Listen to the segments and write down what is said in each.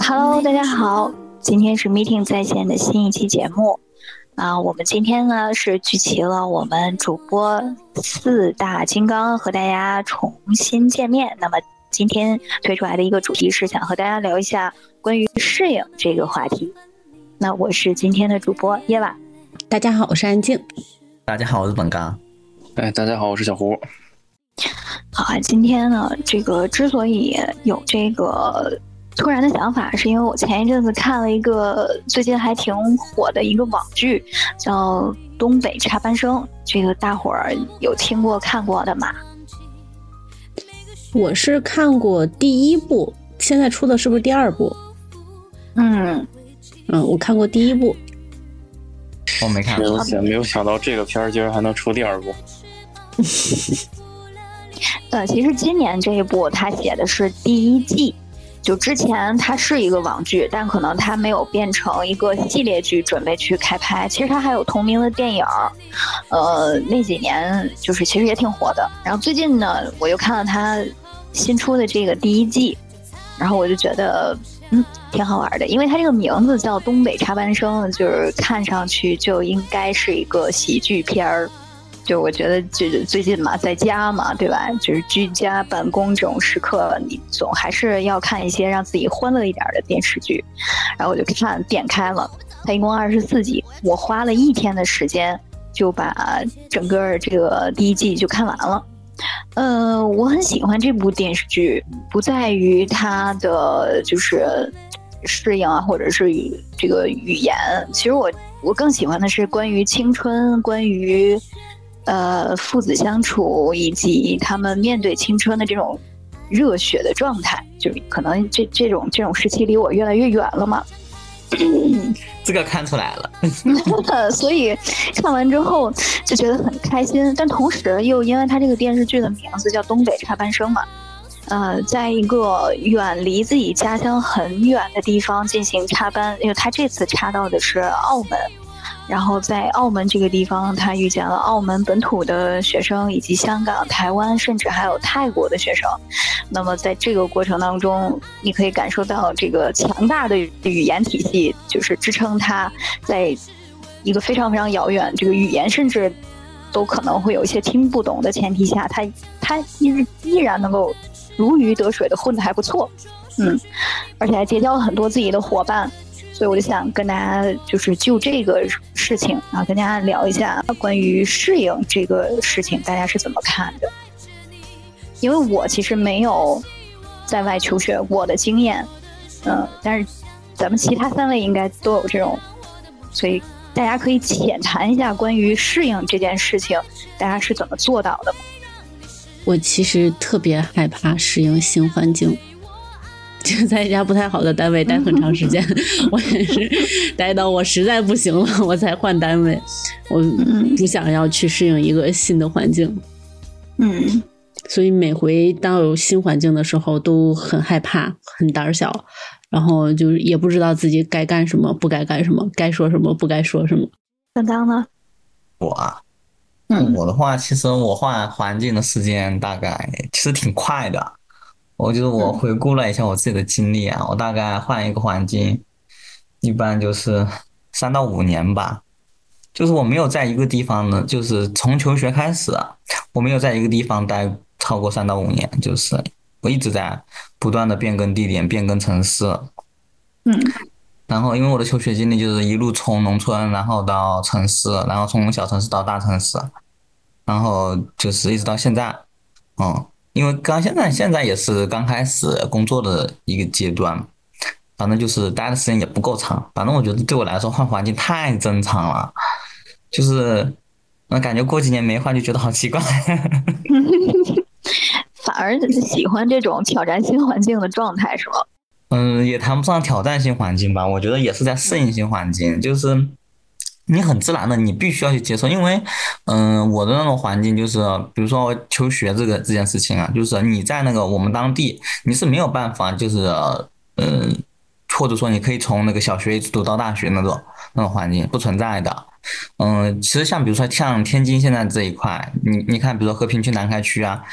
Hello，大家好，今天是 Meeting 在线的新一期节目我们今天呢是聚齐了我们主播四大金刚和大家重新见面。那么今天推出来的一个主题是想和大家聊一下关于适应这个话题。那我是今天的主播耶娃。 大家好，我是安静。 大家好，我是本刚。 大家好，我是小胡。 好今天呢这个之所以有这个突然的想法，是因为我前一阵子看了一个最近还挺火的一个网剧，叫《东北插班生》，这个大伙儿有听过看过的吗？ 我是看过第一部，现在出的是不是第二部？我看过第一部。 我没看过。 没有想到这个片儿居然还能出第二部。 其实今年这一部他写的是第一季，就之前它是一个网剧，但可能它没有变成一个系列剧准备去开拍。其实它还有同名的电影，那几年就是其实也挺火的。然后最近呢我又看了它新出的这个第一季，然后我就觉得挺好玩的，因为它这个名字叫东北插班生，就是看上去就应该是一个喜剧片儿。就我觉得就是最近嘛，在家嘛，对吧？就是居家办公这种时刻，你总还是要看一些让自己欢乐一点的电视剧。然后我就点开了，它一共24集，我花了1天的时间就把整个这个第一季就看完了。我很喜欢这部电视剧，不在于它的就是适应或者是这个语言。其实我更喜欢的是关于青春，关于父子相处，以及他们面对青春的这种热血的状态。就是可能这种时期离我越来越远了嘛。 这个看出来了。 所以看完之后就觉得很开心，但同时又因为他这个电视剧的名字叫东北插班生嘛，在一个远离自己家乡很远的地方进行插班，因为他这次插到的是澳门。然后在澳门这个地方，他遇见了澳门本土的学生，以及香港、台湾，甚至还有泰国的学生。那么在这个过程当中，你可以感受到这个强大的语言体系，就是支撑他在一个非常非常遥远，这个语言甚至都可能会有一些听不懂的前提下，他依然能够如鱼得水的混得还不错。而且还结交了很多自己的伙伴。所以我就想跟大家就是就这个事情跟大家聊一下关于适应这个事情，大家是怎么看的？因为我其实没有在外求学过的经验，但是咱们其他3位应该都有这种，所以大家可以浅谈一下关于适应这件事情，大家是怎么做到的吗？ 我其实特别害怕适应新环境。就在一家不太好的单位待很长时间，我也是待到我实在不行了我才换单位。我不想要去适应一个新的环境。所以每回当有新环境的时候都很害怕，很胆小，然后就是也不知道自己该干什么不该干什么，该说什么不该说什么。 刚刚呢？ 我的话，其实我换环境的时间大概其实挺快的。我回顾了一下我自己的经历我大概换一个环境一般就是3到5年吧。就是我没有在一个地方呢，就是从求学开始我没有在一个地方待超过3到5年，就是我一直在不断的变更地点，变更城市。然后因为我的求学经历就是一路从农村然后到城市，然后从小城市到大城市，然后就是一直到现在。因为现在也是刚开始工作的一个阶段，反正就是待的时间也不够长。反正我觉得对我来说换环境太正常了，就是感觉过几年没换就觉得好奇怪。 反而喜欢这种挑战新环境的状态是吗？ 也谈不上挑战新环境吧，我觉得也是在适应新环境，就是你很自然的你必须要去接受。因为我的那种环境就是比如说求学这件事情就是你在那个我们当地你是没有办法就是或者说你可以从那个小学一直读到大学那种环境不存在的。其实像比如说像天津现在这一块，你看比如说和平区南开区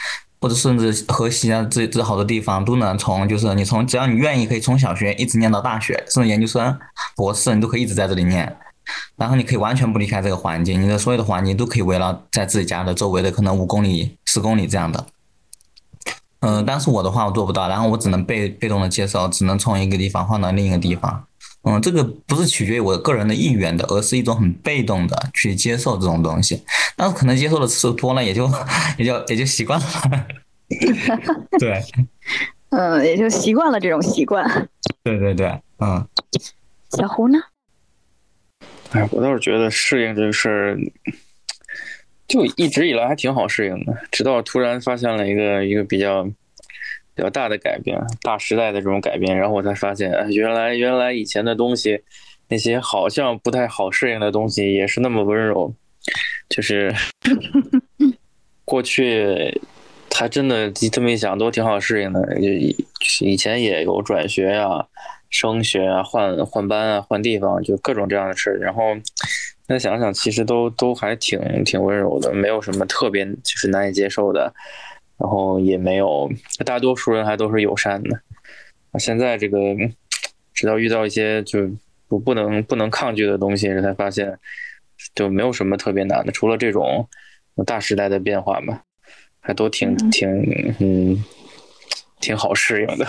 或者甚至河西啊这好多地方都能就是只要你愿意，可以从小学一直念到大学，甚至研究生、博士，你都可以一直在这里念。然后你可以完全不离开这个环境，你的所有的环境都可以围绕在自己家的周围的可能5公里、10公里这样的。但是我的话我做不到，然后我只能被动的接受，只能从一个地方换到另一个地方。这个不是取决于我个人的意愿的，而是一种很被动的去接受这种东西。但是可能接受的次数多了，也就习惯了。对， 也就习惯了这种习惯。 对， 小胡呢？ 哎，我倒是觉得适应这个事儿，就一直以来还挺好适应的，直到突然发现了一个比较大的改变，大时代的这种改变，然后我才发现，原来以前的东西，那些好像不太好适应的东西，也是那么温柔，就是过去还真的这么一想都挺好适应的，以前也有转学啊、升学啊、换班啊、换地方，就各种这样的事，然后再想想，其实都还挺温柔的，没有什么特别就是难以接受的。然后也没有，大多数人还都是友善的。现在这个，直到遇到一些就不能抗拒的东西，才发现就没有什么特别难的，除了这种大时代的变化吧，还都挺好适应的。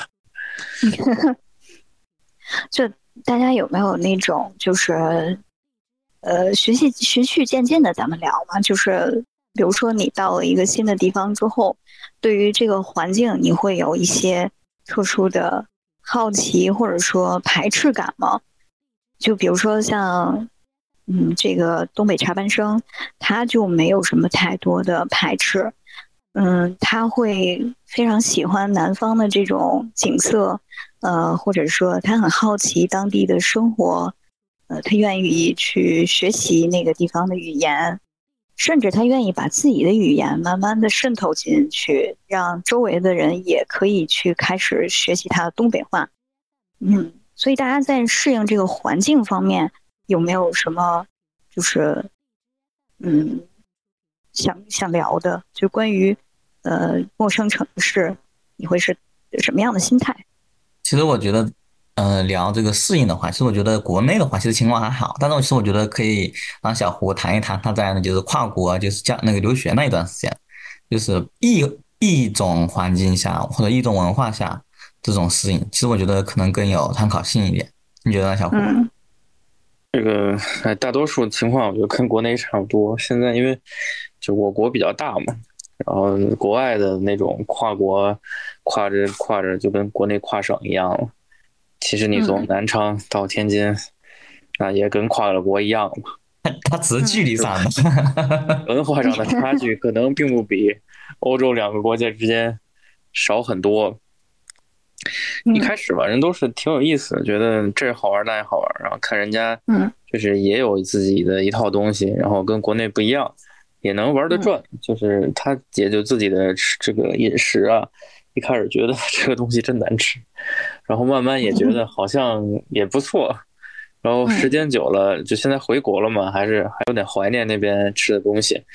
就大家有没有那种就是循序渐进的，咱们聊嘛，就是比如说你到了一个新的地方之后，对于这个环境你会有一些特殊的好奇或者说排斥感吗？就比如说像这个东北插班生，他就没有什么太多的排斥，他会非常喜欢南方的这种景色，或者说他很好奇当地的生活，他愿意去学习那个地方的语言，甚至他愿意把自己的语言慢慢的渗透进去，让周围的人也可以去开始学习他的东北话。所以大家在适应这个环境方面有没有什么就是想聊的，就关于陌生城市你会是什么样的心态？ 其实我觉得聊这个适应的话，其实我觉得国内的话其实情况还好，但是其实我觉得可以让小胡谈一谈他在就是跨国就是那个留学那一段时间，就是异种环境下或者异种文化下这种适应，其实我觉得可能更有参考性一点。你觉得呢，小胡？ 这个大多数情况我觉得跟国内差不多。现在因为就我国比较大嘛，然后国外的那种跨国跨着就跟国内跨省一样了。其实你从南昌到天津，那也跟跨了国一样嘛。 它只是距离上的， 文化上的差距可能并不比欧洲2个国家之间少很多。一开始吧，人都是挺有意思的，觉得这好玩那也好玩，然后看人家就是也有自己的一套东西，然后跟国内不一样，也能玩得转，就是他解决自己的这个饮食啊。一开始觉得这个东西真难吃，然后慢慢也觉得好像也不错，然后时间久了，就现在回国了嘛，还有点怀念那边吃的东西，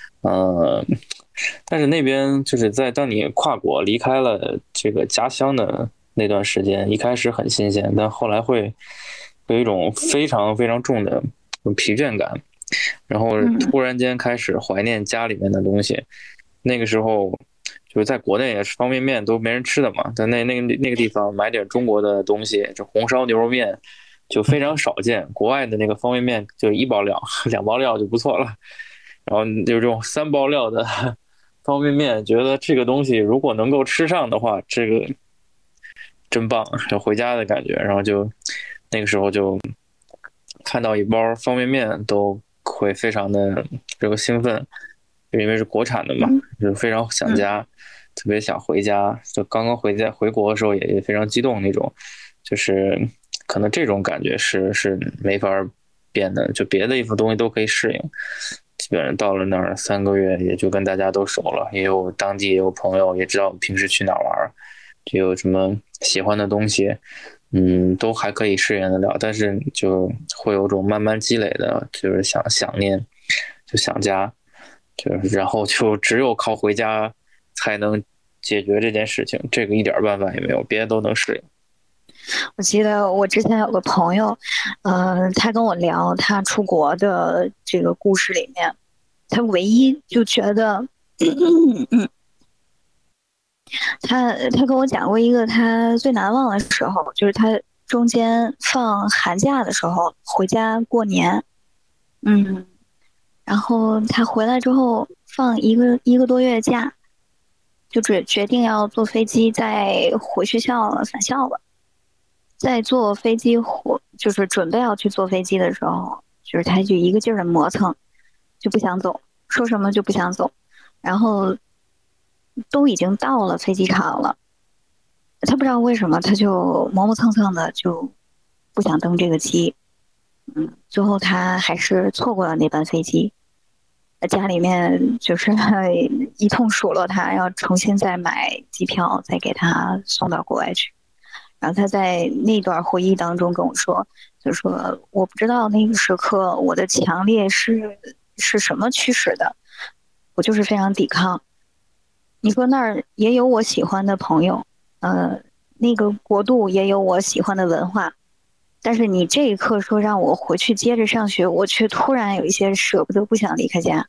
但是那边就是当你跨国离开了这个家乡的那段时间，一开始很新鲜，但后来会有一种非常非常重的疲倦感，然后突然间开始怀念家里面的东西。那个时候就是在国内也是方便面都没人吃的嘛，在那个地方买点中国的东西，就红烧牛肉面就非常少见，国外的那个方便面就1包料2包料就不错了，然后就这种3包料的方便面，觉得这个东西如果能够吃上的话，这个真棒，就回家的感觉。然后就那个时候就看到一包方便面都会非常的这个兴奋，因为是国产的嘛，就非常想家，特别想回家。就刚刚回国的时候也非常激动那种，就是可能这种感觉是没法变的，就别的一副东西都可以适应。基本上到了那儿3个月，也就跟大家都熟了，也有当地也有朋友，也知道平时去哪玩，就有什么喜欢的东西，都还可以适应得了。但是就会有种慢慢积累的，就是想念，就想家，就是然后就只有靠回家才能解决这件事情，这个一点办法也没有，别的都能适应。 我记得我之前有个朋友，他跟我聊他出国的这个故事里面，他唯一就觉得，他跟我讲过一个他最难忘的时候，就是他中间放寒假的时候回家过年，然后他回来之后放一个多月假，就决定要坐飞机再回学校返校了。在坐飞机就是准备要去坐飞机的时候，就是他就一个劲儿的磨蹭，就不想走，说什么就不想走，然后都已经到了飞机场了，他不知道为什么他就磨磨蹭蹭的就不想登这个机，最后他还是错过了那班飞机，家里面就是一通数落他，要重新再买机票，再给他送到国外去。然后他在那段回忆当中跟我说，就说我不知道那个时刻我的强烈是什么驱使的，我就是非常抵抗。你说那儿也有我喜欢的朋友，那个国度也有我喜欢的文化，但是你这一刻说让我回去接着上学，我却突然有一些舍不得，不想离开家。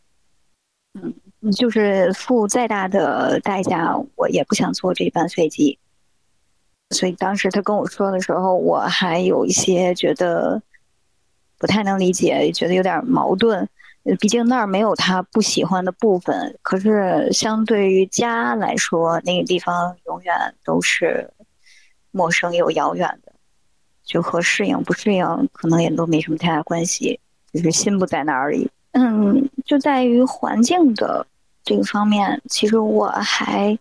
就是付再大的代价，我也不想坐这班飞机。所以当时他跟我说的时候，我还有一些觉得不太能理解，觉得有点矛盾。毕竟那儿没有他不喜欢的部分，可是相对于家来说，那个地方永远都是陌生又遥远的，就和适应不适应可能也都没什么太大关系，就是心不在那儿而已。就在于环境的这个方面，其实我还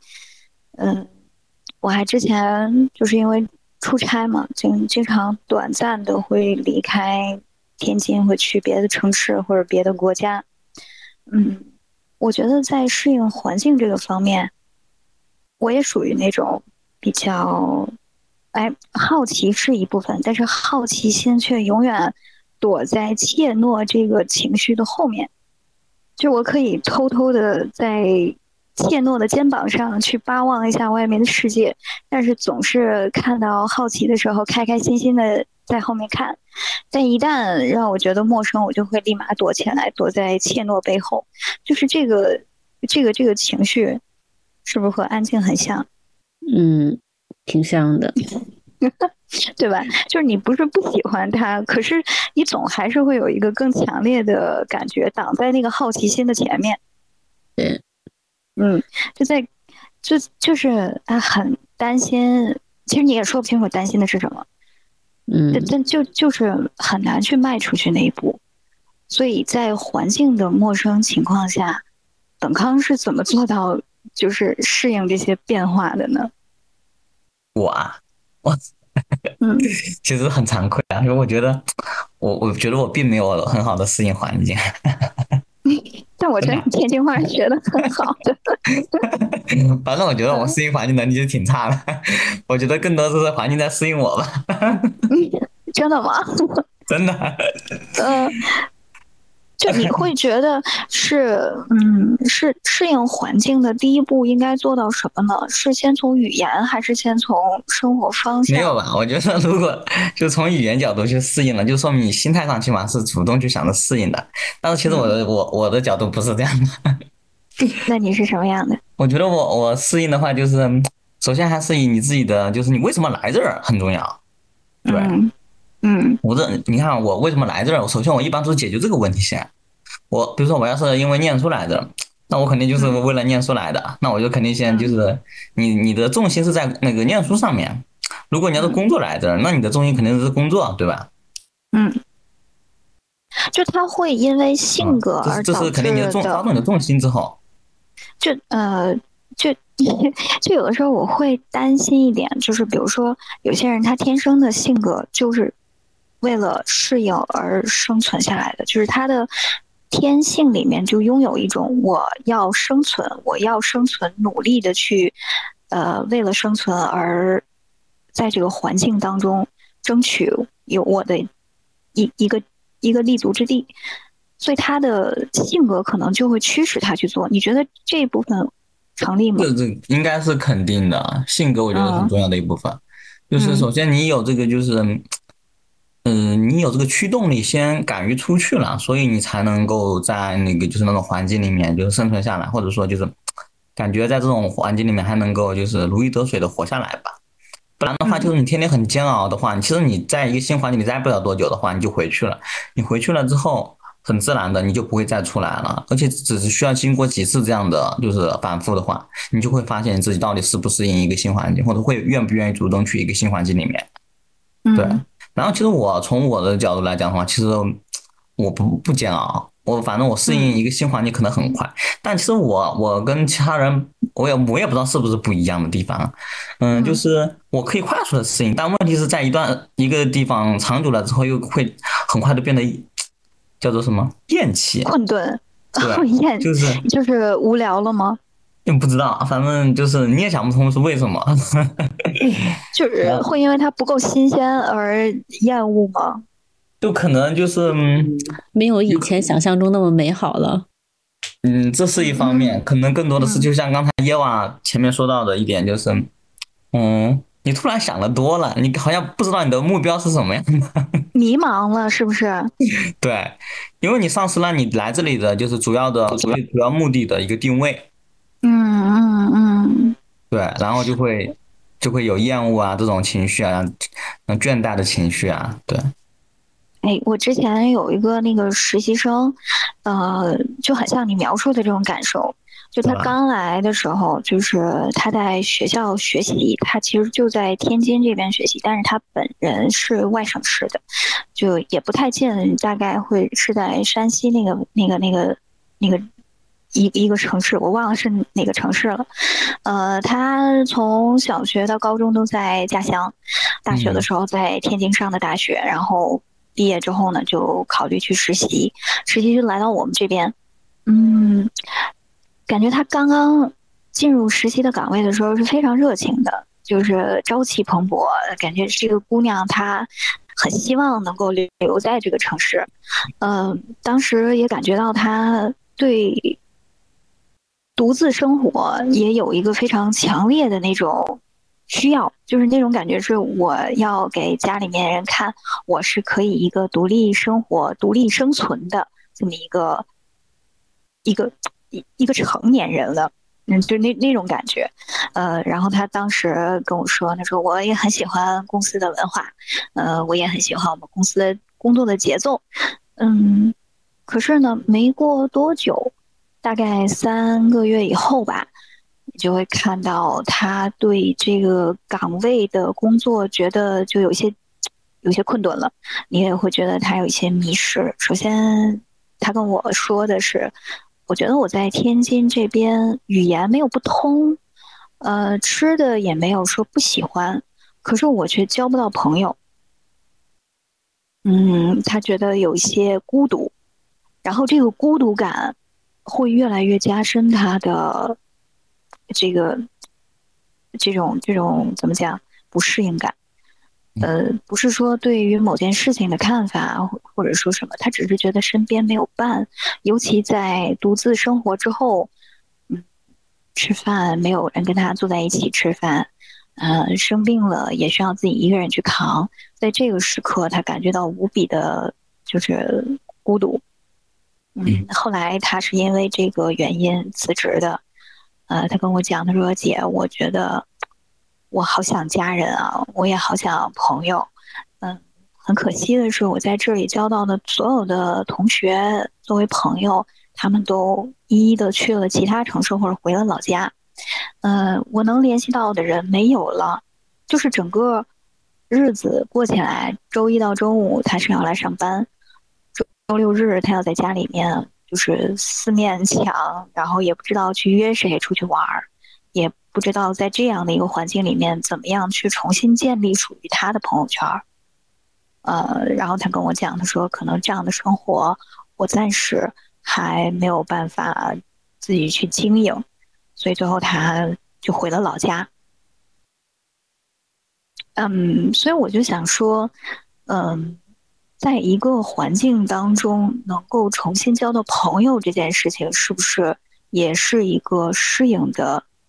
之前就是因为出差嘛，经常短暂的会离开天津，会去别的城市或者别的国家。我觉得在适应环境这个方面，我也属于那种比较，好奇是一部分，但是好奇心却永远躲在怯懦这个情绪的后面。就我可以偷偷的在怯懦的肩膀上去巴望一下外面的世界，但是总是看到好奇的时候，开开心心的在后面看。但一旦让我觉得陌生，我就会立马躲起来，躲在怯懦背后。就是这个情绪，是不是和安静很像？ 挺像的。 对吧？就是你不是不喜欢它，可是你总还是会有一个更强烈的感觉挡在那个好奇心的前面。 对， 就是他很担心，其实你也说不清楚担心的是什么。但就是很难去迈出去那一步。所以在环境的陌生情况下，本康是怎么做到就是适应这些变化的呢？ 我其实很惭愧啊，因为我觉得我觉得我并没有很好的适应环境。 但我觉得你天津话学的很好的。 反正我觉得我适应环境能力就挺差的，我觉得更多是环境在适应我吧。 真的吗？ 真的。 就你会觉得是适应环境的第一步应该做到什么呢？是先从语言，还是先从生活方向？ 没有吧？我觉得如果就从语言角度去适应了，就说明你心态上起码是主动去想着适应的。但是其实我的角度不是这样的。 那你是什么样的？ 我觉得我适应的话，就是首先还是以你自己的，就是你为什么来这儿很重要。对。你看我为什么来这儿？首先我一般都是解决这个问题先。比如说我要是因为念书来的，那我肯定就是为了念书来的，那我就肯定先就是你的重心是在那个念书上面。如果你要是工作来这儿，那你的重心肯定是工作，对吧？ 就他会因为性格而导致的， 这是肯定你的调动你的重心之后。 就有的时候我会担心一点，就是比如说有些人他天生的性格就是为了适应而生存下来的，就是他的天性里面就拥有一种我要生存，努力的去为了生存而在这个环境当中争取有我的一个立足之地，所以他的性格可能就会驱使他去做。你觉得这一部分成立吗？ 这应该是肯定的，性格我觉得很重要的一部分。就是首先你有这个就是，你有这个驱动力，先敢于出去了，所以你才能够在那个就是那种环境里面就是生存下来，或者说就是感觉在这种环境里面还能够就是如鱼得水的活下来吧。不然的话，就是你天天很煎熬的话，其实你在一个新环境里待不了多久的话，你就回去了。你回去了之后，很自然的你就不会再出来了，而且只是需要经过几次这样的就是反复的话，你就会发现你自己到底适不适应一个新环境，或者会愿不愿意主动去一个新环境里面。对。然后其实我从我的角度来讲的话，其实我不煎熬，反正我适应一个新环境可能很快，但其实我跟其他人我也不知道是不是不一样的地方，就是我可以快速的适应，但问题是在一个地方长久了之后，又会很快的变得叫做什么厌弃、 困顿， 对， 就是无聊了吗？ 不知道，反正就是你也想不通是为什么。 就是会因为它不够新鲜而厌恶吗？ 就可能就是没有以前想象中那么美好了。 这是一方面，可能更多的是就像刚才耶娃前面说到的一点，就是你突然想的多了，你好像不知道你的目标是什么样的， 迷茫了是不是？ 对，因为你丧失了你来这里的就是主要目的的一个定位。对，然后就会有厌恶啊这种情绪啊，倦怠的情绪啊，对。 哎，我之前有一个那个实习生，就很像你描述的这种感受。就他刚来的时候，就是他在学校学习，他其实就在天津这边学习，但是他本人是外省市的，就也不太近，大概会是在山西那个一个城市，我忘了是哪个城市了。他从小学到高中都在家乡，大学的时候在天津上的大学，然后毕业之后呢，就考虑去实习，就来到我们这边。感觉他刚刚进入实习的岗位的时候是非常热情的，就是朝气蓬勃，感觉这个姑娘她很希望能够留在这个城市。当时也感觉到她对独自生活也有一个非常强烈的那种需要，就是那种感觉是我要给家里面人看，我是可以一个独立生活、独立生存的这么一个成年人了。就那种感觉。然后他当时跟我说，他说我也很喜欢公司的文化，我也很喜欢我们公司的工作的节奏。可是呢，没过多久，大概3个月以后吧，你就会看到他对这个岗位的工作觉得就有些困顿了，你也会觉得他有一些迷失。首先，他跟我说的是，我觉得我在天津这边语言没有不通，吃的也没有说不喜欢，可是我却交不到朋友。他觉得有一些孤独，然后这个孤独感会越来越加深他的这个这种怎么讲不适应感。不是说对于某件事情的看法，或者说什么，他只是觉得身边没有伴，尤其在独自生活之后，吃饭没有人跟他坐在一起吃饭，生病了也需要自己一个人去扛，在这个时刻，他感觉到无比的就是孤独。后来他是因为这个原因辞职的。他跟我讲，他说：“姐，我觉得我好想家人啊，我也好想朋友。很可惜的是，我在这里交到的所有的同学作为朋友，他们都一一的去了其他城市或者回了老家。我能联系到的人没有了，就是整个日子过起来，周一到周五他是要来上班，周六日他要在家里面就是四面墙，然后也不知道去约谁出去玩，也不知道在这样的一个环境里面怎么样去重新建立属于他的朋友圈。然后他跟我讲，他说可能这样的生活我暂时还没有办法自己去经营，所以最后他就回了老家。所以我就想说，在一个环境当中能够重新交到朋友这件事情，是不是也是一个适应的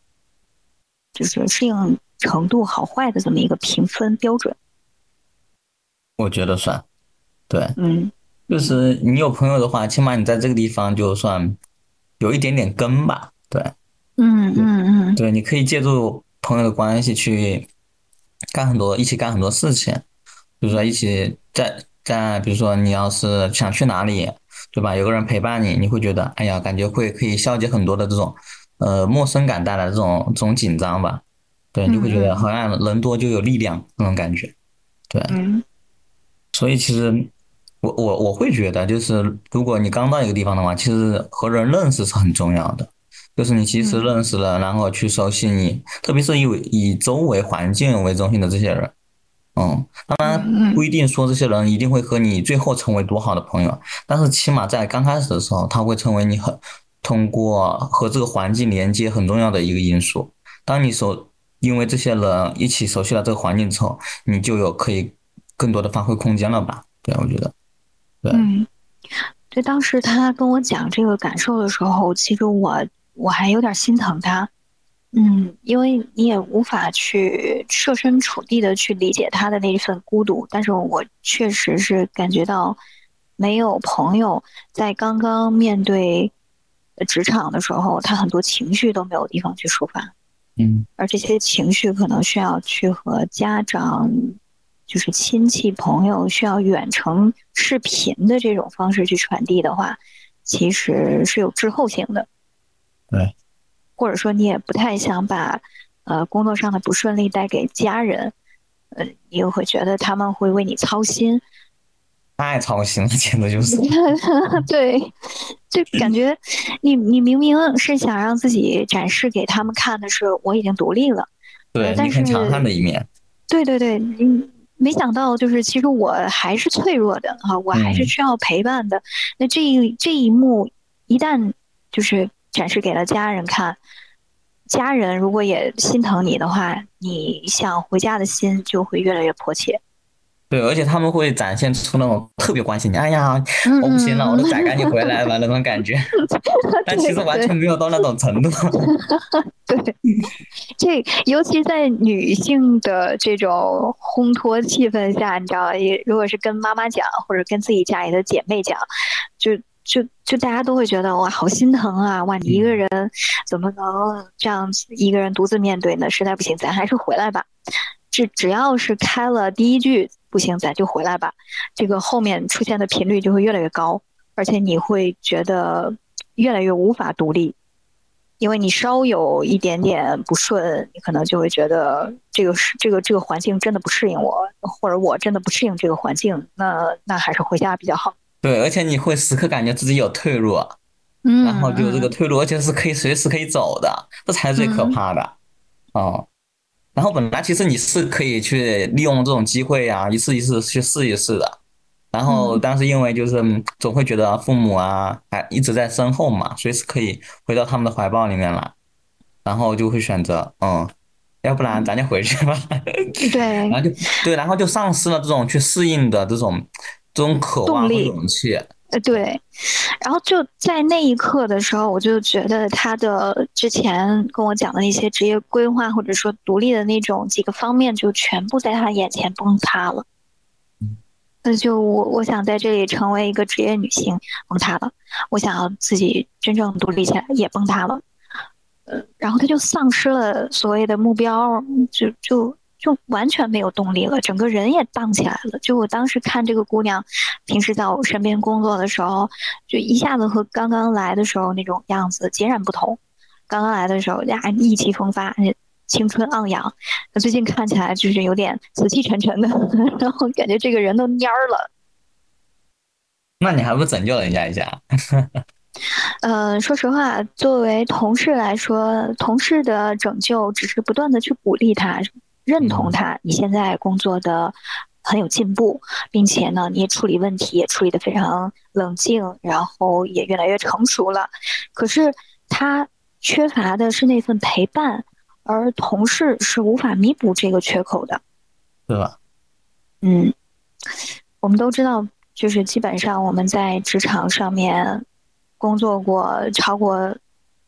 就是适应程度好坏的这么一个评分标准。 我觉得算，对， 嗯就是你有朋友的话，起码你在这个地方就算有一点点根吧，对。 嗯嗯嗯对，你可以借助朋友的关系去一起干很多事情，比如说一起比如说你要是想去哪里，对吧？有个人陪伴你，你会觉得，哎呀，感觉可以消解很多的这种陌生感带来的这种紧张吧。对，你就会觉得嗯好像人多就有力量那种感觉。对， 嗯所以其实我会觉得，就是如果你刚到一个地方的话，其实和人认识是很重要的。就是你其实嗯认识了，然后去熟悉你，特别是以周围环境为中心的这些人，当然嗯嗯不一定说这些人一定会和你最后成为多好的朋友，但是起码在刚开始的时候，他会成为你通过和这个环境连接很重要的一个因素。当你因为这些人一起熟悉了这个环境之后，你就有可以更多的发挥空间了吧？对，我觉得，对， 嗯。对，当时他跟我讲这个感受的时候，其实我还有点心疼他。因为你也无法去设身处地的去理解他的那一份孤独，但是我确实是感觉到没有朋友在刚刚面对职场的时候，他很多情绪都没有地方去抒发。 嗯， 而这些情绪可能需要去和家长，就是亲戚朋友需要远程视频的这种方式去传递的话，其实是有滞后性的。 对。 或者说你也不太想把工作上的不顺利带给家人，你又会觉得他们会为你操心。 太操心了，简直就是。 对，就感觉你明明是想让自己展示给他们看的是我已经独立了， 对你但很强悍的是一面。 对对对，没想到就是其实我还是脆弱的啊，我还是嗯， 需要陪伴的。那这一幕一旦就是展示给了家人看，家人如果也心疼你的话，你想回家的心就会越来越迫切。 对，而且他们会展现出那种特别关心你，哎呀，我不行了，我嗯嗯的仔赶紧回来吧那种感觉，但其实完对对全没有到那种程度。 对，这尤其在女性的这种烘托气氛下，你知道，如果是跟妈妈讲，或者跟自己家里的姐妹讲，就大家都会觉得哇，好心疼啊！哇，你一个人怎么能这样一个人独自面对呢？实在不行，咱还是回来吧。只要是开了第一句不行，咱就回来吧。这个后面出现的频率就会越来越高，而且你会觉得越来越无法独立。因为你稍有一点点不顺，你可能就会觉得这个环境真的不适应我，或者我真的不适应这个环境，那还是回家比较好。 对，而且你会时刻感觉自己有退路，然后就这个嗯退路，而且是随时可以走的，这才是最可嗯怕的。哦，然后本来其实你是可以去利用这种机会啊，一次一次去试一试的。然后， 嗯但是因为就是总会觉得父母啊，还一直在身后嘛，随时可以回到他们的怀抱里面来，然后就会选择，要不然咱就回去吧。 嗯，对， 然后就对，然后就丧失了这种去适应的这种渴望和动力， 勇气。 对。然后就在那一刻的时候，我就觉得他的之前跟我讲的那些职业规划，或者说独立的那种几个方面，就全部在他眼前崩塌了。那就我想在这里成为一个职业女性，崩塌了；我想要自己真正独立起来，也崩塌了。然后他就丧失了所谓的目标，就完全没有动力了，整个人也荡起来了。就我当时看这个姑娘，平时在我身边工作的时候，就一下子和刚刚来的时候那种样子截然不同。刚刚来的时候呀，意气风发，青春昂扬。那最近看起来就是有点死气沉沉的，然后感觉这个人都蔫儿了。 那你还不拯救人家一下？ 说实话，作为同事来说，同事的拯救只是不断的去鼓励他，认同他，你现在工作的很有进步，并且呢，你也处理问题也处理得非常冷静，然后也越来越成熟了。可是他缺乏的是那份陪伴，而同事是无法弥补这个缺口的。 对吧？ 嗯，我们都知道，就是基本上我们在职场上面工作过超过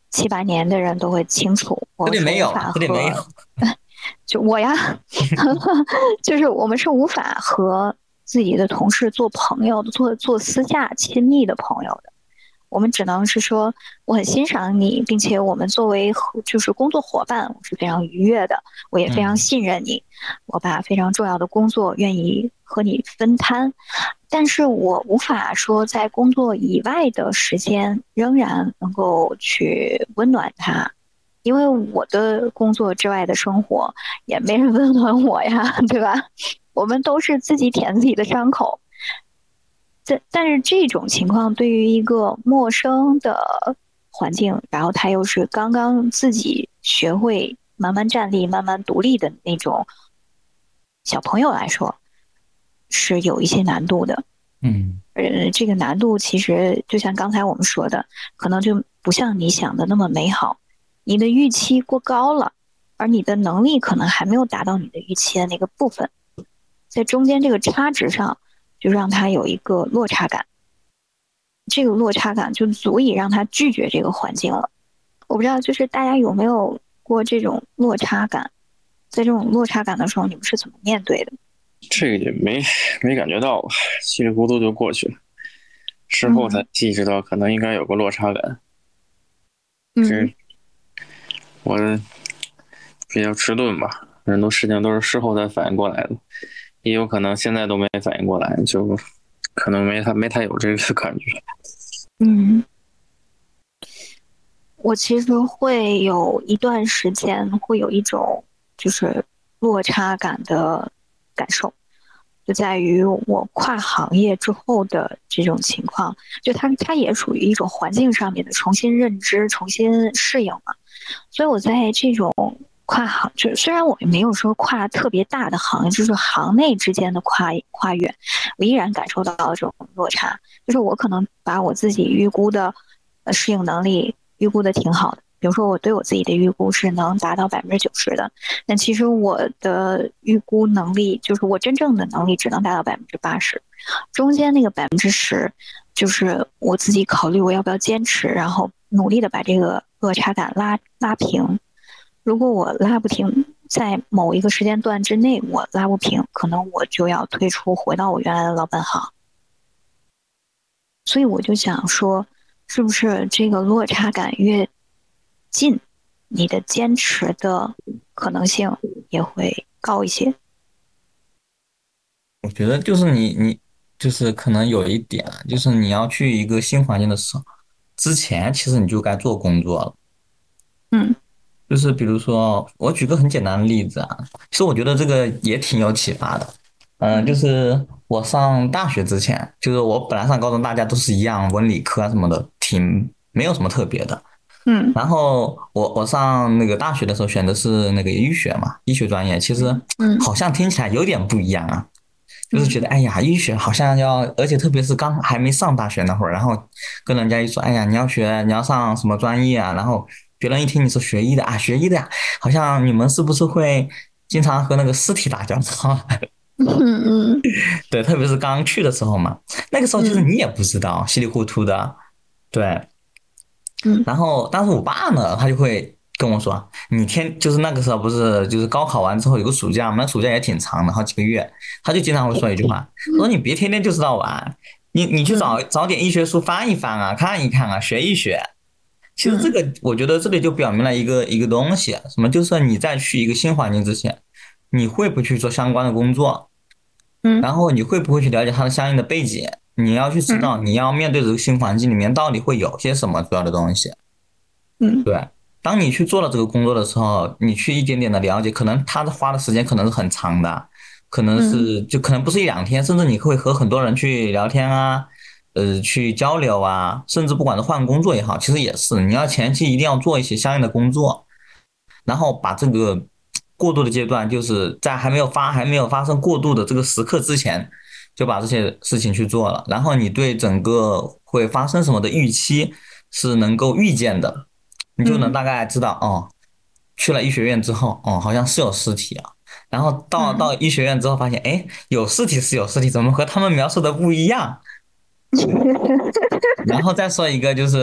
7、8年的人都会清楚， 这我是里没有， 无法这里没有。 和就我呀，就是我们是无法和自己的同事做朋友的，做私下亲密的朋友的。我们只能是说，我很欣赏你，并且我们作为就是工作伙伴，我是非常愉悦的，我也非常信任你，我把非常重要的工作愿意和你分摊，但是我无法说在工作以外的时间仍然能够去温暖他，因为我的工作之外的生活也没人温暖我呀，对吧？我们都是自己舔自己的伤口。但是这种情况对于一个陌生的环境，然后他又是刚刚自己学会慢慢站立、慢慢独立的那种小朋友来说，是有一些难度的。这个难度其实就像刚才我们说的，可能就不像你想的那么美好，你的预期过高了，而你的能力可能还没有达到你的预期的那个部分，在中间这个差值上，就让他有一个落差感，这个落差感就足以让他拒绝这个环境了。我不知道，就是大家有没有过这种落差感？在这种落差感的时候，你们是怎么面对的？ 这个也没感觉到，稀里糊涂就过去了。事后才意识到，可能应该有个落差感。是我比较迟钝吧，很多事情都是事后才反应过来的，也有可能现在都没反应过来，就可能没太有这个感觉。 我其实会有一段时间会有一种就是落差感的感受，就在于我跨行业之后的这种情况，就它也属于一种环境上面的重新认知、重新适应嘛。所以我在这种跨行，就虽然我也没有说跨特别大的行业，就是行内之间的跨越，我依然感受到这种落差。就是我可能把我自己预估的适应能力预估的挺好的，比如说我对我自己的预估是能达到90%的，但其实我的预估能力，就是我真正的能力只能达到80%，中间那个10%，就是我自己考虑我要不要坚持，然后努力的把这个落差感拉平。如果我拉不平，在某一个时间段之内我拉不平，可能我就要退出，回到我原来的老本行。所以我就想说，是不是这个落差感越近，你的坚持的可能性也会高一些？ 我觉得就是你就是可能有一点，就是你要去一个新环境的时候，之前其实你就该做工作了。就是比如说，我举个很简单的例子啊，其实我觉得这个也挺有启发的。就是我上大学之前，就是我本来上高中大家都是一样，文理科啊什么的，没有什么特别的。然后我上那个大学的时候选的是那个医学嘛，医学专业，其实好像听起来有点不一样啊。就是觉得哎呀，医学好像要，而且特别是刚还没上大学那会儿，然后跟人家一说，哎呀，你要上什么专业啊？然后别人一听你是学医的啊，学医的呀，好像你们是不是会经常和那个尸体打交道？对，特别是刚去的时候嘛，那个时候其实你也不知道，稀里糊涂的，对。然后当时我爸呢，他就会跟我说，就是那个时候不是就是高考完之后有个暑假嘛，那暑假也挺长的，好几个月，他就经常会说一句话，说你别天天就知道玩，你去找点医学书翻一翻啊，看一看啊，学一学。其实这个我觉得这里就表明了一个东西，什么就是你在去一个新环境之前，你会不会去做相关的工作？然后你会不会去了解它的相应的背景？你要去知道你要面对这个新环境里面到底会有些什么主要的东西。对，当你去做了这个工作的时候，你去一点点的了解，可能他花的时间可能是很长的，可能不是1-2天，甚至你会和很多人去聊天啊，去交流啊，甚至不管是换工作也好，其实也是你要前期一定要做一些相应的工作，然后把这个过渡的阶段，就是在还没有发生过渡的这个时刻之前，就把这些事情去做了，然后你对整个会发生什么的预期是能够预见的。你就能大概知道哦，去了医学院之后，哦，好像是有尸体啊。然后到医学院之后，发现哎，有尸体是有尸体，怎么和他们描述的不一样？然后再说一个，就是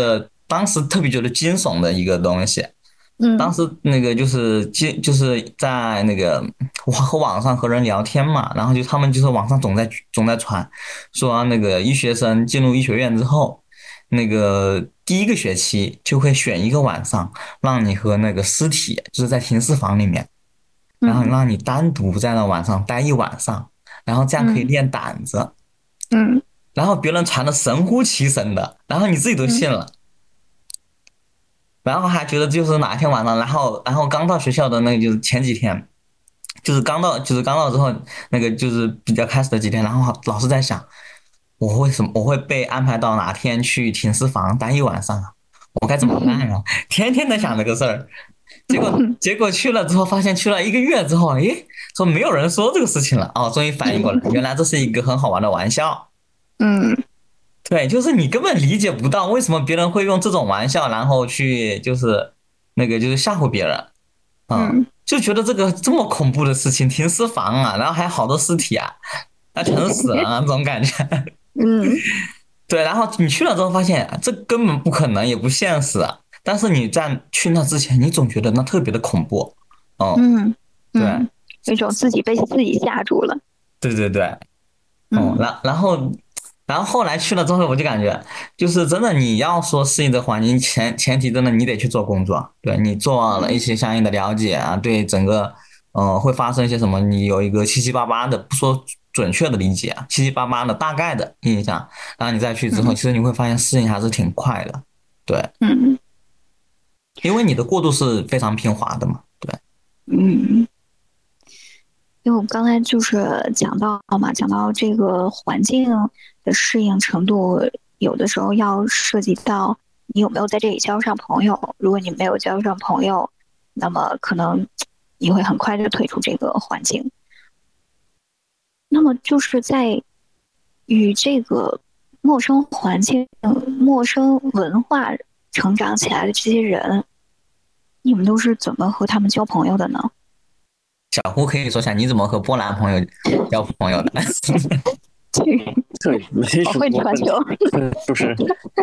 当时特别觉得惊悚的一个东西。当嗯时那个就是在那个我和网上和人聊天嘛，然后就他们就是网上总在传说那个医学生进入医学院之后，那个第一个学期就会选一个晚上，让你和那个尸体就是在停尸房里面，然后嗯让你单独在那晚上待一晚上，然后这样可以嗯练胆子， 嗯然后别人传的神乎其神的，然后你自己都信嗯了。然后还觉得就是哪天晚上，然后刚到学校的那个就是前几天，就是刚到之后那个就是比较开始的几天，然后老是在想，我会被安排到哪天去停尸房待一晚上啊？我该怎么办啊？天天在想这个事儿，结果去了之后，发现去了1个月之后，诶，说没有人说这个事情了，哦，终于反应过来，原来这是一个很好玩的玩笑。 嗯对，就是你根本理解不到为什么别人会用这种玩笑，然后去就是那个就是吓唬别人， 嗯就觉得这个这么恐怖的事情，停尸房啊，然后还有好多尸体啊，那全是死人啊，这种感觉。 嗯对，然后你去了之后发现这根本不可能，也不现实啊。但是你在去那之前，你总觉得那特别的恐怖。 嗯对， 嗯，有一种自己被自己吓住了。 对对对， 嗯然后后来去了之后，我就感觉就是真的，你要说适应这环境，前提真的你得去做工作，对你做了一些相应的了解啊，对整个会发生一些什么，你有一个七七八八的，不说准确的理解啊，七七八八的大概的印象，然后你再去之后，其实你会发现适应还是挺快的，对， 嗯因为你的过渡是非常平滑的嘛，对， 嗯，因为我们刚才就是讲到嘛，讲到这个环境的适应程度，有的时候要涉及到你有没有在这里交上朋友。如果你没有交上朋友，那么可能你会很快就退出这个环境。那么就是在与这个陌生环境、陌生文化成长起来的这些人，你们都是怎么和他们交朋友的呢？ 小胡可以说下你怎么和波兰朋友交朋友的？ 这没什我会么问题， 传球。 就是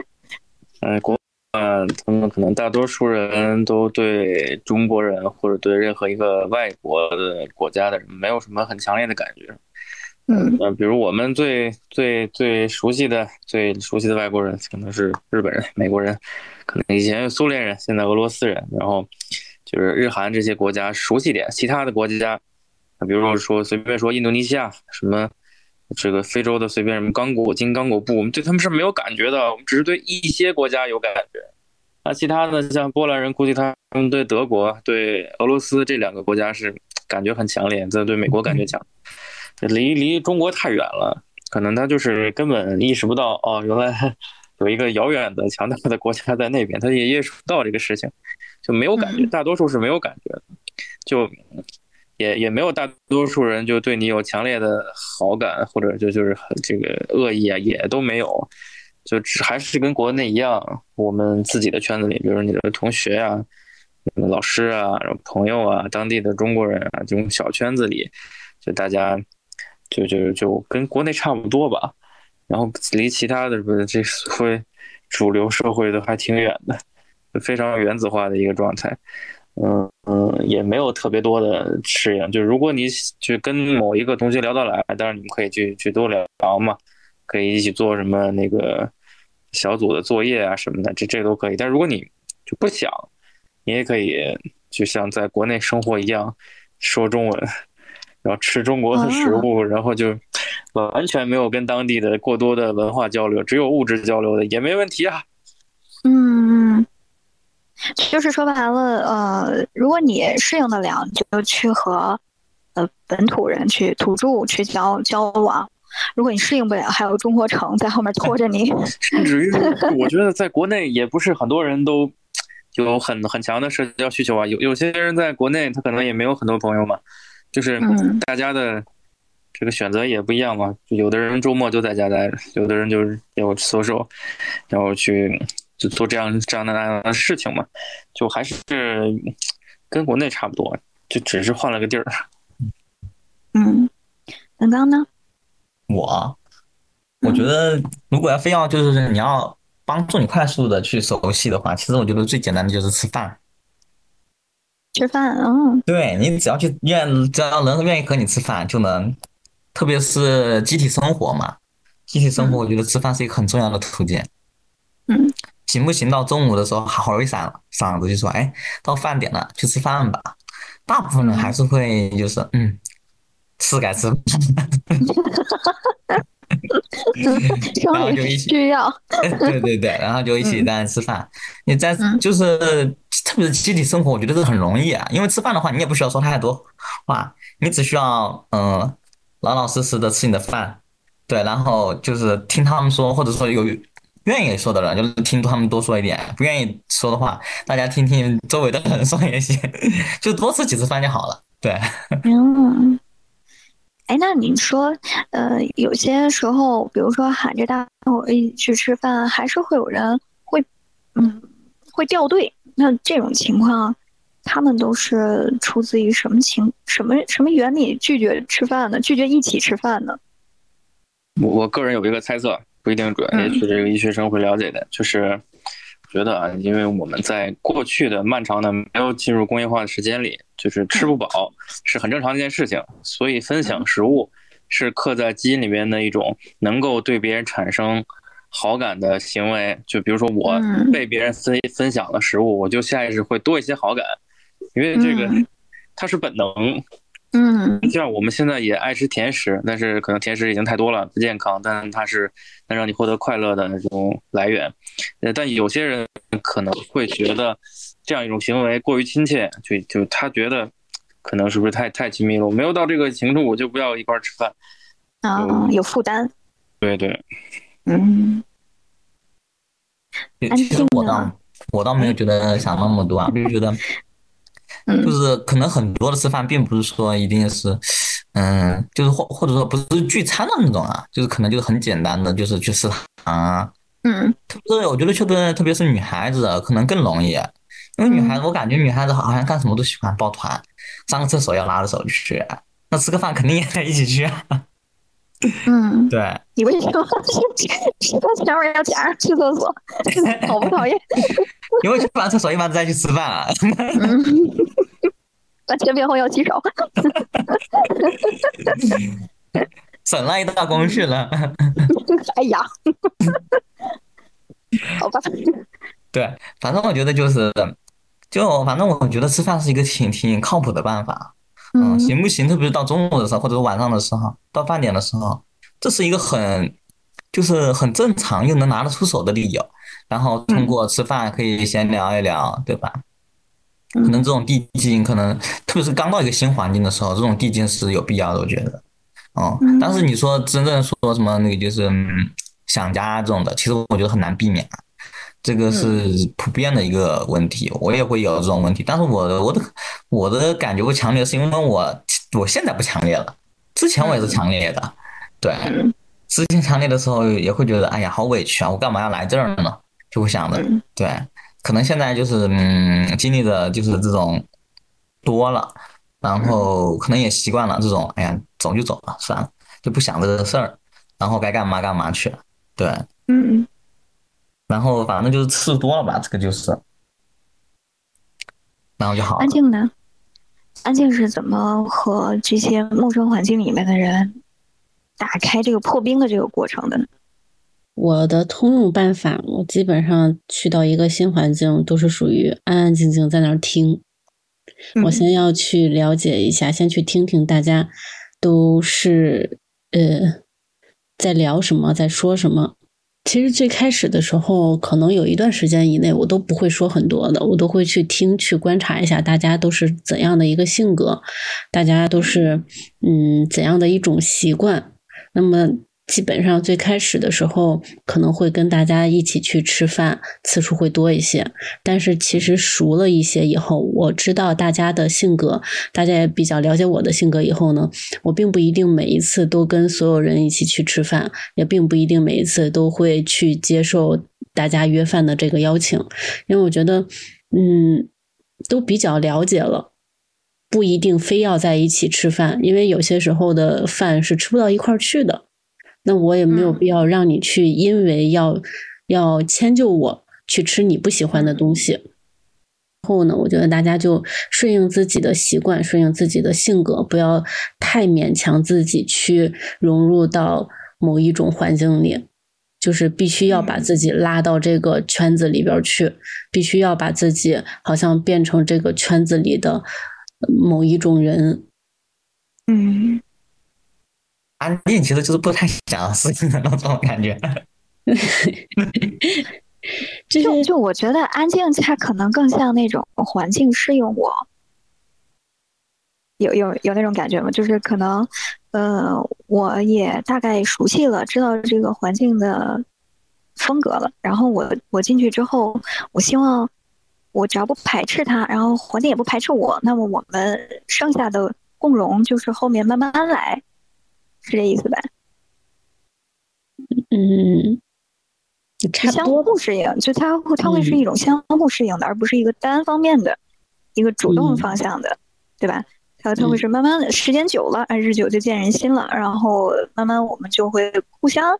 他们可能大多数人都对中国人或者对任何一个外国的国家的人没有什么很强烈的感觉。比如我们最熟悉的外国人可能是日本人、美国人，可能以前苏联人，现在俄罗斯人，然后就是日韩这些国家熟悉点，其他的国家，比如说随便说印度尼西亚什么。这个非洲的随便什么金刚果布，我们对他们是没有感觉的，我们只是对一些国家有感觉。其他的像波兰人，估计他们对德国、对俄罗斯这两个国家是感觉很强烈，这对美国感觉强，离中国太远了，可能他就是根本意识不到哦，原来有一个遥远的强大的国家在那边，他也意识不到这个事情，就没有感觉，大多数是没有感觉的，就。也没有大多数人就对你有强烈的好感，或者就是这个恶意啊，也都没有，就还是跟国内一样，我们自己的圈子里，比如你的同学啊、老师啊、朋友啊、当地的中国人啊，这种小圈子里，就大家就跟国内差不多吧，然后离其他的这所谓主流社会都还挺远的，非常原子化的一个状态。也没有特别多的适应。就如果你去跟某一个同学聊得来，当然你们可以去多聊嘛，可以一起做什么那个小组的作业啊什么的，这都可以。但如果你就不想，你也可以就像在国内生活一样说中文，然后吃中国的食物，然后就完全没有跟当地的过多的文化交流，只有物质交流的也没问题啊。 就是说白了，如果你适应得了，你就去和本土人、土著去交往；如果你适应不了，还有中国城在后面拖着你。 甚至于，我觉得在国内也不是很多人都有很强的社交需求啊。有些人在国内他可能也没有很多朋友嘛，就是大家的这个选择也不一样嘛。有的人周末就在家待着，有的人就是有social，然后去。就做这样的事情嘛，就还是跟国内差不多，就只是换了个地儿。 刚刚呢？ 我觉得如果非要就是你要帮助你快速的去熟悉的话，其实我觉得最简单的就是吃饭。 吃饭， 对，你只要只要人愿意和你吃饭，就能，特别是集体生活嘛，集体生活，我觉得吃饭是一个很重要的途径。 嗯， 行不行？到中午的时候好好一嗓子就说，哎，到饭点了，去吃饭吧。大部分人还是会就是吃该吃饭，然后生理就一起， 需要， 对对对，然后就一起在吃饭。你在就是特别是集体生活，我觉得这很容易啊，因为吃饭的话，你也不需要说太多话，你只需要老老实实的吃你的饭，对，然后就是听他们说，或者说有愿意说的人，就是听他们多说一点；不愿意说的话，大家听听周围的人说也行，就多吃几次饭就好了。对， 嗯。哎，那你说，有些时候，比如说喊着大伙一起去吃饭，还是会有人嗯，会掉队。那这种情况，他们都是出自于什么原理拒绝吃饭呢？拒绝一起吃饭呢？ 我个人有一个猜测，不一定准，也许这个医学生会了解的，就是觉得啊，因为我们在过去的漫长的没有进入工业化的时间里，就是吃不饱是很正常的一件事情，所以分享食物是刻在基因里面的一种能够对别人产生好感的行为。就比如说我被别人分享了食物，我就下意识会多一些好感，因为这个它是本能。像我们现在也爱吃甜食，但是可能甜食已经太多了，不健康，但它是能让你获得快乐的那种来源。但有些人可能会觉得这样一种行为过于亲切，就他觉得可能是不是太亲密了，我没有到这个程度，我就不要一块吃饭啊，有负担。 对对， 其实我倒没有觉得想那么多啊，就觉得。就是可能很多的吃饭，并不是说一定是，就是或者说不是聚餐的那种啊，就是可能就是很简单的，就是去食堂啊。特别是我觉得特别是女孩子可能更容易，因为女孩子我感觉女孩子好像干什么都喜欢抱团，上个厕所要拉着手去，那吃个饭肯定也得一起去啊。对。 你为什么吃饭前面要夹着去厕所？讨不讨厌？ 因为去完厕所一般再去吃饭啊。 完前便后要洗手。 省了一道工序了。 哎呀，好吧。 对，反正我觉得反正我觉得吃饭是一个挺靠谱的办法。行不行？特别是到中午的时候，或者是晚上的时候，到饭点的时候，这是一个就是很正常又能拿得出手的理由。然后通过吃饭可以先聊一聊，对吧？可能这种递进，可能特别是刚到一个新环境的时候，这种递进是有必要的，我觉得。但是你说真正说什么那个就是想家这种的，其实我觉得很难避免啊。这个是普遍的一个问题，我也会有这种问题，但是我的感觉不强烈，是因为我现在不强烈了，之前我也是强烈的。对，之前强烈的时候也会觉得哎呀好委屈啊，我干嘛要来这儿呢？就会想的。对，可能现在就是经历的就是这种多了，然后可能也习惯了这种，哎呀走就走了，算了，就不想这个事儿，然后该干嘛干嘛去了。对，然后反正就是吃多了吧，这个就是，然后就好了。 安静呢？安静是怎么和这些陌生环境里面的人打开这个破冰的这个过程的呢？ 我的通用办法，我基本上去到一个新环境，都是属于安安静静在那儿听。我先要去了解一下，先去听听大家都是在聊什么，在说什么。其实最开始的时候，可能有一段时间以内，我都不会说很多的，我都会去听，去观察一下大家都是怎样的一个性格，大家都是怎样的一种习惯。那么基本上最开始的时候可能会跟大家一起去吃饭，次数会多一些，但是其实熟了一些以后，我知道大家的性格，大家也比较了解我的性格以后呢，我并不一定每一次都跟所有人一起去吃饭，也并不一定每一次都会去接受大家约饭的这个邀请，因为我觉得都比较了解了，不一定非要在一起吃饭，因为有些时候的饭是吃不到一块儿去的，那我也没有必要让你去因为要要迁就我去吃你不喜欢的东西。后呢，我觉得大家就顺应自己的习惯，顺应自己的性格，不要太勉强自己去融入到某一种环境里，就是必须要把自己拉到这个圈子里边去，必须要把自己好像变成这个圈子里的某一种人。 安静其实就是不太想事情的那种感觉。 就我觉得安静它可能更像那种环境适应我，有那种感觉吗？就是可能我也大概熟悉了，知道这个环境的风格了，然后我进去之后，我希望我只要不排斥它，然后环境也不排斥我，那么我们剩下的共融就是后面慢慢来，是这意思吧？ 差不多。 相互适应，就它会是一种相互适应的，而不是一个单方面的一个主动方向的，对吧？它会是慢慢的，时间久了，日久就见人心了，然后慢慢我们就会互相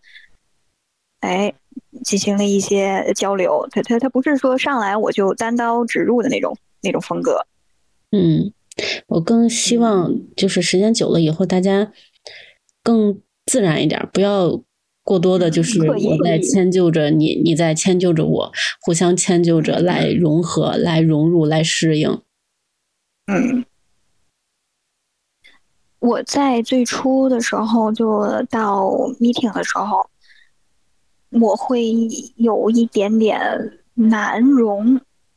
进行了一些交流。它不是说上来我就单刀直入的那种风格。 我更希望就是时间久了以后，大家更自然一点，不要过多的就是我在迁就着你，你在迁就着我，互相迁就着来融合、来融入、来适应。 我在最初的时候，就到 meeting 的时候，我会有一点点难融，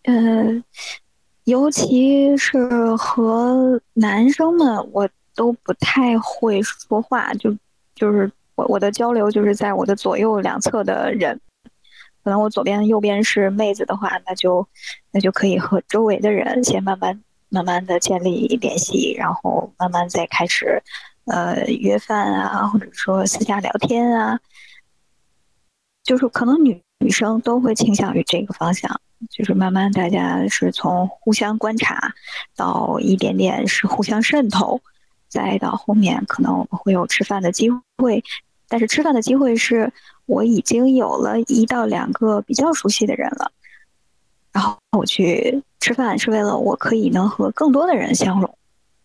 尤其是和男生们，我都不太会说话，就是我的交流就是在我的左右两侧的人，可能我左边右边是妹子的话，那就可以和周围的人先慢慢的建立联系，然后慢慢再开始约饭啊，或者说私下聊天啊，就是可能女生都会倾向于这个方向，就是慢慢大家是从互相观察到一点点是互相渗透，再到后面可能我们会有吃饭的机会，但是吃饭的机会是我已经有了1到2个比较熟悉的人了，然后我去吃饭是为了我可以能和更多的人相融，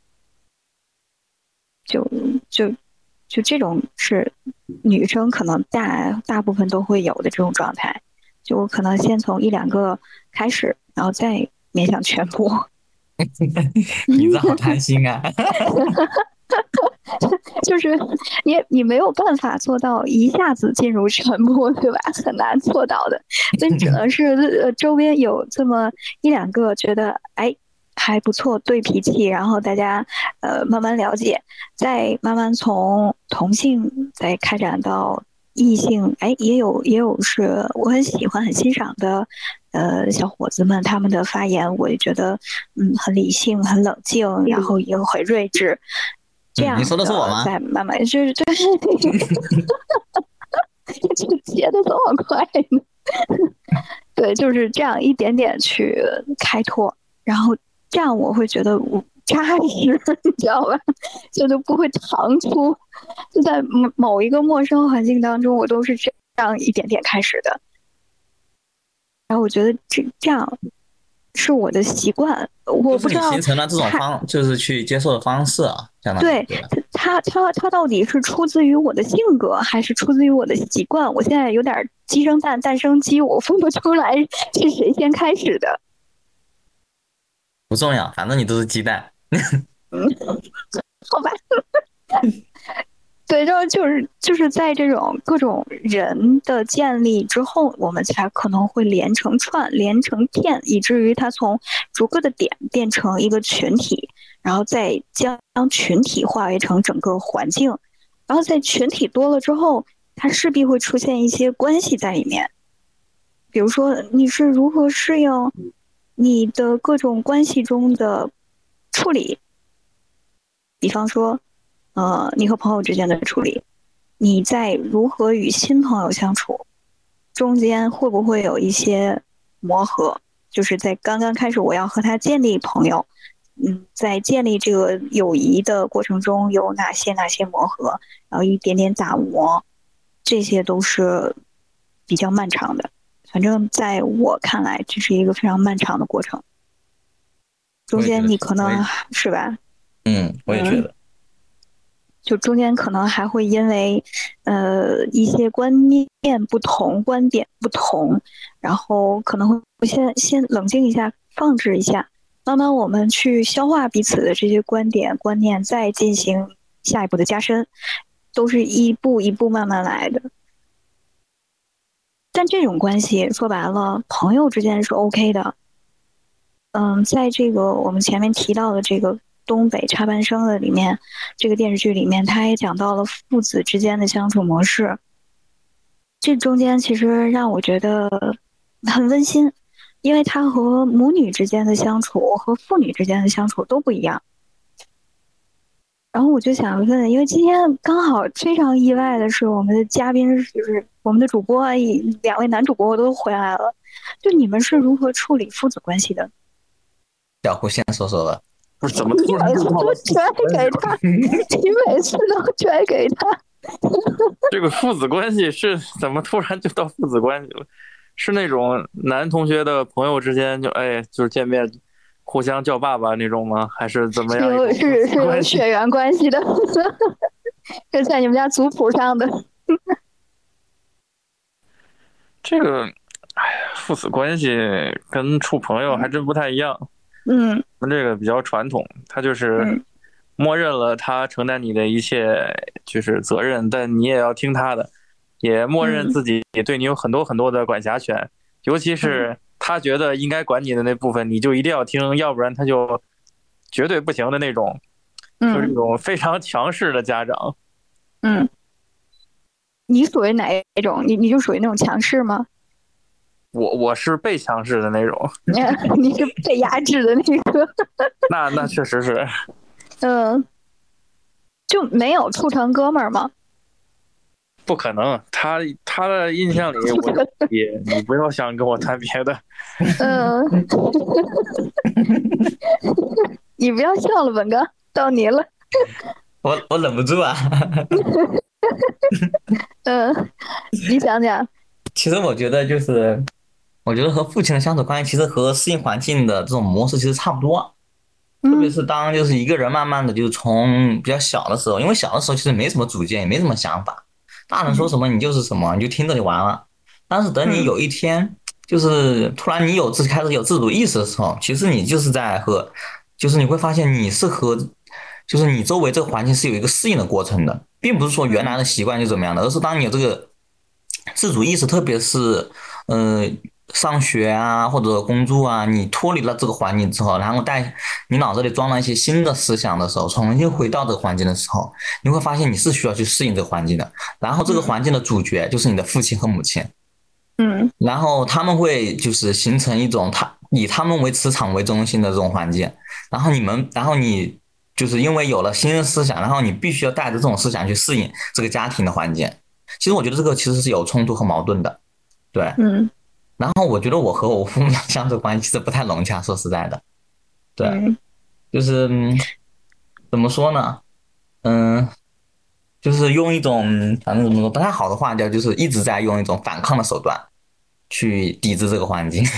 就这种是女生可能大部分都会有的这种状态，就我可能先从1、2个开始，然后再面向全部。 你这好贪心啊！ 就是你没有办法做到一下子进入全部，对吧？很难做到的，所以只能是周边有这么1、2个觉得还不错，对脾气，然后大家慢慢了解，再慢慢从同性再开展到异性，也有是我很喜欢很欣赏的小伙子们，他们的发言我也觉得很理性很冷静，然后也很睿智，这样你说的是我吗？ 再慢慢就是这接的这么快呢？对，就是这样一点点去开拓，然后这样我会觉得我扎实，你知道吧？就不会唐突，就在某一个陌生环境当中，我都是这样一点点开始的。然后我觉得这样是我的习惯，我不知道就是你形成了这种就是去接受的方式啊，相当于对他到底是出自于我的性格，还是出自于我的习惯？我现在有点鸡生蛋，蛋生鸡，我分不出来是谁先开始的。 不重要，反正你都是鸡蛋。 好吧。对，然后就是在这种各种人的建立之后，我们才可能会连成串、连成片，以至于它从逐个的点变成一个群体，然后再将群体化为成整个环境，然后在群体多了之后，它势必会出现一些关系在里面。比如说，你是如何适应你的各种关系中的处理，比方说。你和朋友之间的处理，你在如何与新朋友相处，中间会不会有一些磨合？就是在刚刚开始我要和他建立朋友，在建立这个友谊的过程中有哪些磨合，然后一点点打磨，这些都是比较漫长的。 反正在我看来，这是一个非常漫长的过程。中间你可能是吧？ 我也觉得。 就中间可能还会因为一些观念不同、观点不同，然后可能会先冷静一下，放置一下，慢慢我们去消化彼此的这些观点、观念，再进行下一步的加深，都是一步一步慢慢来的。但这种关系说白了，朋友之间是 OK 的。在这个我们前面提到的这个东北插班生的里面，这个电视剧里面，他也讲到了父子之间的相处模式。这中间其实让我觉得很温馨，因为他和母女之间的相处和父女之间的相处都不一样。然后我就想问，因为今天刚好非常意外的是，我们的嘉宾就是我们的主播2位男主播都回来了，就你们是如何处理父子关系的？ 小胡先说说吧。 不是怎么突然每次都拽给他，你每次都拽给他。 这个父子关系是怎么突然就到父子关系了？是那种男同学的朋友之间就是见面互相叫爸爸那种吗？还是怎么样？ 是有血缘关系的，是在你们家族谱上的。 这个，父子关系跟处朋友还真不太一样。我们这个比较传统，他就是默认了他承担你的一切就是责任，但你也要听他的，也默认自己对你有很多很多的管辖权，尤其是他觉得应该管你的那部分，你就一定要听，要不然他就绝对不行的那种，就是这种非常强势的家长。 你属于哪一种？你就属于那种强势吗？ 我是被强势的那种。 你是被压制的那个。 那确实是。 就没有处成哥们儿吗？ 不可能，他的印象里你不要想跟我谈别的。 你不要笑了，本哥，到你了。 我忍不住啊。 你讲讲。 其实我觉得和父亲的相处关系，其实和适应环境的这种模式其实差不多。特别是当就是一个人慢慢的就是从比较小的时候，因为小的时候其实没什么主见，也没什么想法，大人说什么你就是什么，你就听着就完了。但是等你有一天就是突然你开始有自主意识的时候，其实你就是你会发现你是和就是你周围这个环境是有一个适应的过程的，并不是说原来的习惯就怎么样的，而是当你有这个自主意识，特别是上学啊或者工作啊，你脱离了这个环境之后，然后你脑子里装了一些新的思想的时候，重新回到这个环境的时候，你会发现你是需要去适应这个环境的。然后这个环境的主角就是你的父亲和母亲。然后他们会就是形成一种以他们为磁场为中心的这种环境，然后你就是因为有了新的思想，然后你必须要带着这种思想去适应这个家庭的环境。其实我觉得这个其实是有冲突和矛盾的，对。然后我觉得我和我父母的相处关系其实不太融洽，说实在的，对，就是怎么说呢，就是用一种反正怎么说不太好的话叫，就是一直在用一种反抗的手段去抵制这个环境。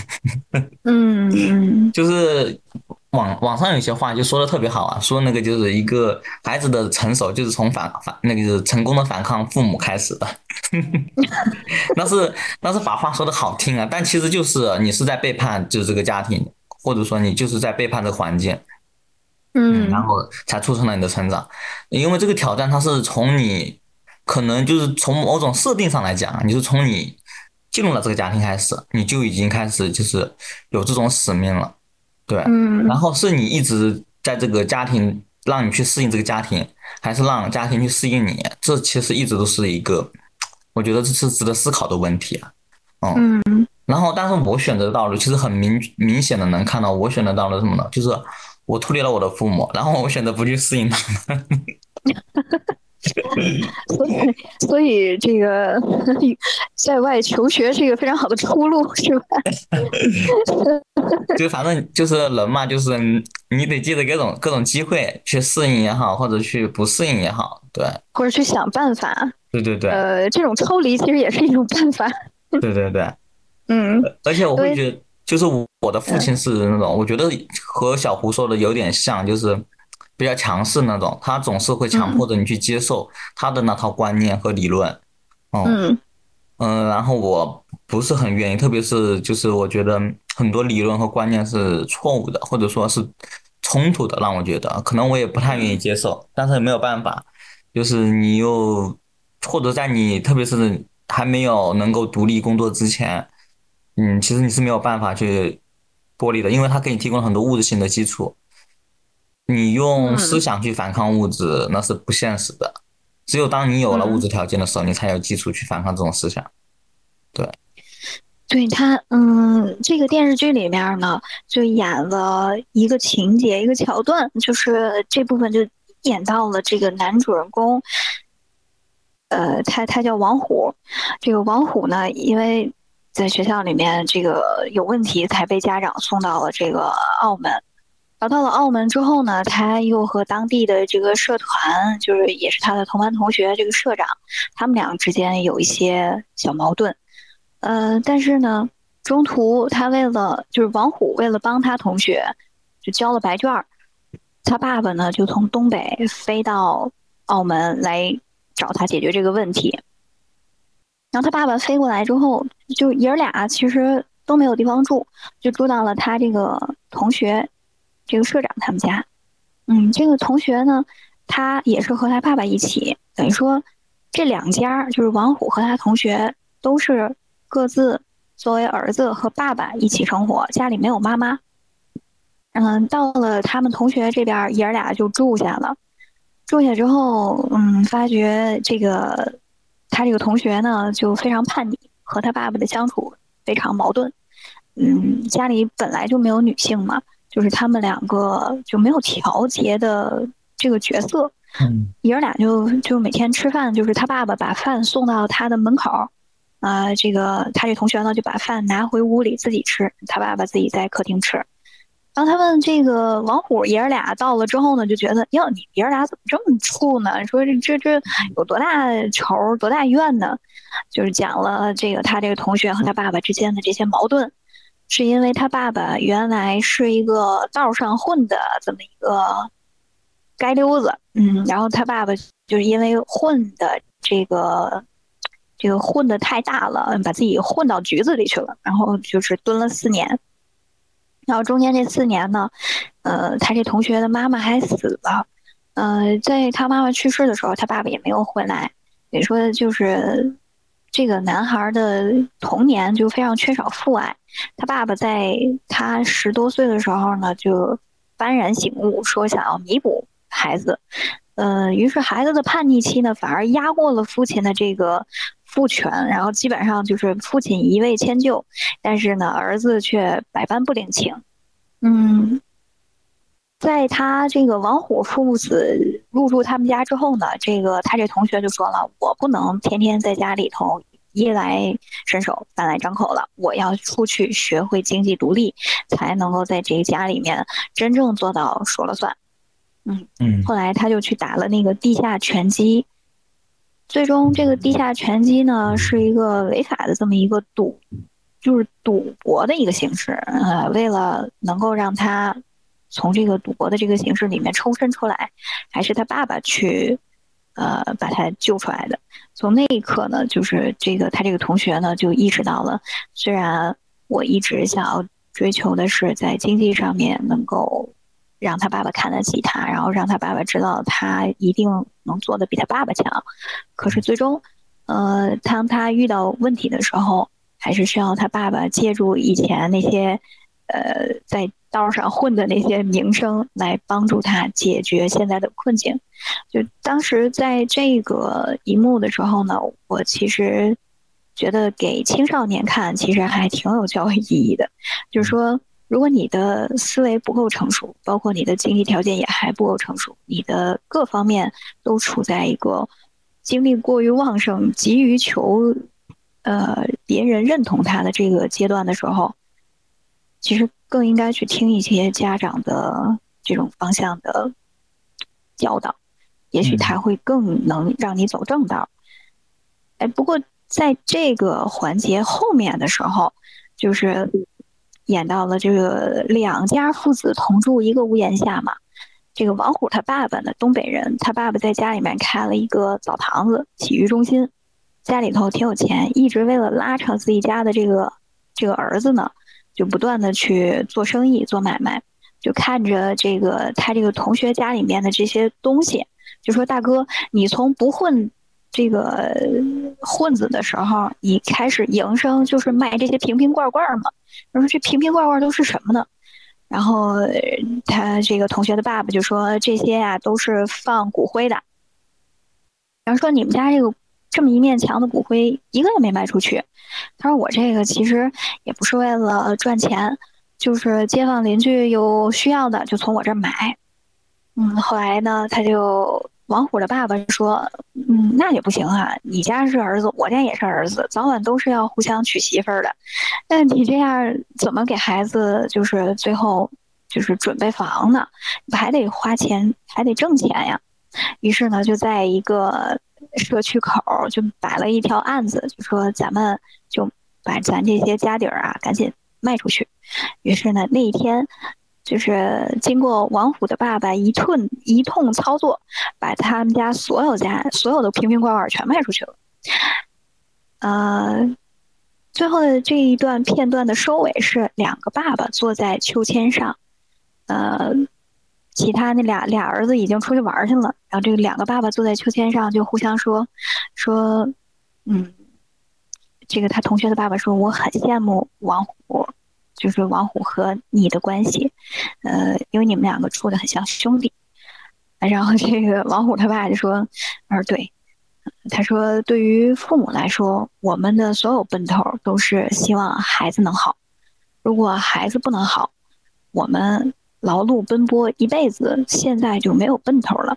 就是网上有些话就说的特别好啊，说那个就是一个孩子的成熟就是从那个就是成功的反抗父母开始的。那是把话说的好听啊，但其实就是你是在背叛就是这个家庭，或者说你就是在背叛这个环境。然后才促成了你的成长。因为这个挑战它是从你可能就是从某种设定上来讲，你是从你进入了这个家庭开始，你就已经开始就是有这种使命了，对。然后是你一直在这个家庭让你去适应这个家庭，还是让家庭去适应你，这其实一直都是一个我觉得这是值得思考的问题啊。然后但是我选择的道路其实很明显的能看到我选择到了什么呢，就是我脱离了我的父母，然后我选择不去适应他们。 所以这个在外求学是一个非常好的出路，是吧？ 就反正就是人嘛，就是你得借着各种机会去适应也好，或者去不适应也好，对， 或者去想办法。 对。 这种抽离其实也是一种办法。 对。 而且我会对， 觉得，就是我的父亲是那种，我觉得和小胡说的有点像，就是比较强势那种，他总是会强嗯迫着你去接受他的那套观念和理论。嗯嗯然后我不是很愿意，特别是就是我觉得很多理论和观念是错误的，或者说是冲突的，让我觉得可能我也不太愿意接受，但是也没有办法，就是你又或者在你特别是还没有能够独立工作之前，其实你是没有办法去剥离的，因为它给你提供了很多物质性的基础，你用思嗯想去反抗物质那是不现实的，只有当你有了物嗯。 质条件的时候，你才有基础去反抗这种思想。对。 对他，这个电视剧里面呢，就演了一个情节，一个桥段，就是这部分就演到了这个男主人公，他叫王虎，这个王虎呢，因为在学校里面这个有问题，才被家长送到了这个澳门。然后到了澳门之后呢，他又和当地的这个社团，就是也是他的同班同学，这个社长，他们俩之间有一些小矛盾。但是呢，中途他为了就是王虎为了帮他同学，就交了白卷儿。他爸爸呢就从东北飞到澳门来找他解决这个问题。然后他爸爸飞过来之后，就爷儿俩其实都没有地方住，就住到了他这个同学，这个社长他们家。这个同学呢，他也是和他爸爸一起，等于说这两家就是王虎和他同学都是各自作为儿子和爸爸一起生活，家里没有妈妈。到了他们同学这边，爷儿俩就住下了。住下之后，发觉他这个同学呢就非常叛逆，和他爸爸的相处非常矛盾。家里本来就没有女性嘛，就是他们两个就没有调节的这个角色。爷儿俩就每天吃饭，就是他爸爸把饭送到他的门口，他这同学呢就把饭拿回屋里自己吃，他爸爸自己在客厅吃。然后他问这个王虎爷儿俩到了之后呢，就觉得哟，你爷儿俩怎么这么处呢？说这有多大仇多大怨呢？就是讲了他这个同学和他爸爸之间的这些矛盾，是因为他爸爸原来是一个道上混的这么一个街溜子，然后他爸爸就是因为混的这个混的太大了，把自己混到局子里去了，然后就是蹲了4年。然后中间这4年呢，他这同学的妈妈还死了，在他妈妈去世的时候，他爸爸也没有回来。也说就是这个男孩的童年就非常缺少父爱。他爸爸在他10多岁的时候呢，就幡然醒悟，说想要弥补孩子。于是孩子的叛逆期呢，反而压过了父亲的这个父权，然后基本上就是父亲一味迁就，但是呢，儿子却百般不领情。在他这个王虎父子入住他们家之后呢，他这同学就说了，我不能天天在家里头衣来伸手饭来张口了，我要出去学会经济独立，才能够在这个家里面真正做到说了算。后来他就去打了那个地下拳击，最终这个地下拳击呢是一个违法的这么一个就是赌博的一个形式。为了能够让他从这个赌博的这个形式里面抽身出来，还是他爸爸去把他救出来的。从那一刻呢，就是他这个同学呢就意识到了，虽然我一直想要追求的是在经济上面能够让他爸爸看得起他，然后让他爸爸知道他一定能做得比他爸爸强，可是最终当他遇到问题的时候，还是需要他爸爸借助以前那些在道上混的那些名声来帮助他解决现在的困境。就当时在这个一幕的时候呢，我其实觉得给青少年看其实还挺有教育意义的。就是说，如果你的思维不够成熟，包括你的经济条件也还不够成熟，你的各方面都处在一个精力过于旺盛、急于求别人认同他的这个阶段的时候，其实更应该去听一些家长的这种方向的教导，也许他会更能让你走正道。不过在这个环节后面的时候，就是演到了这个两家父子同住一个屋檐下嘛。这个王虎他爸爸呢，东北人，他爸爸在家里面开了一个澡堂子、洗浴中心，家里头挺有钱，一直为了拉扯自己家的这个儿子呢，就不断的去做生意、做买卖，就看着他这个同学家里面的这些东西，就说大哥，你从不混这个混子的时候，你开始营生就是卖这些瓶瓶罐罐嘛。他说这瓶瓶罐罐都是什么呢？然后他这个同学的爸爸就说这些呀都是放骨灰的。然后说你们家这么一面墙的骨灰一个也没卖出去。他说我这个其实也不是为了赚钱，就是街坊邻居有需要的就从我这儿买。后来呢，王虎的爸爸说，那也不行啊，你家是儿子，我家也是儿子，早晚都是要互相娶媳妇儿的。那你这样怎么给孩子就是最后就是准备房呢？还得花钱，还得挣钱呀。于是呢，就在一个社区口就摆了一条案子，就说咱们就把咱这些家底儿啊赶紧卖出去。于是呢，那一天就是经过王虎的爸爸一通操作，把他们家所有的瓶瓶罐罐全卖出去了。最后的这一段片段的收尾是两个爸爸坐在秋千上，其他那俩儿子已经出去玩去了，然后这个两个爸爸坐在秋千上就互相说，这个他同学的爸爸说我很羡慕王虎，就是王虎和你的关系，因为你们两个处得很像兄弟。然后这个王虎他爸就说，对，他说对于父母来说，我们的所有奔头都是希望孩子能好，如果孩子不能好，我们劳碌奔波一辈子，现在就没有奔头了。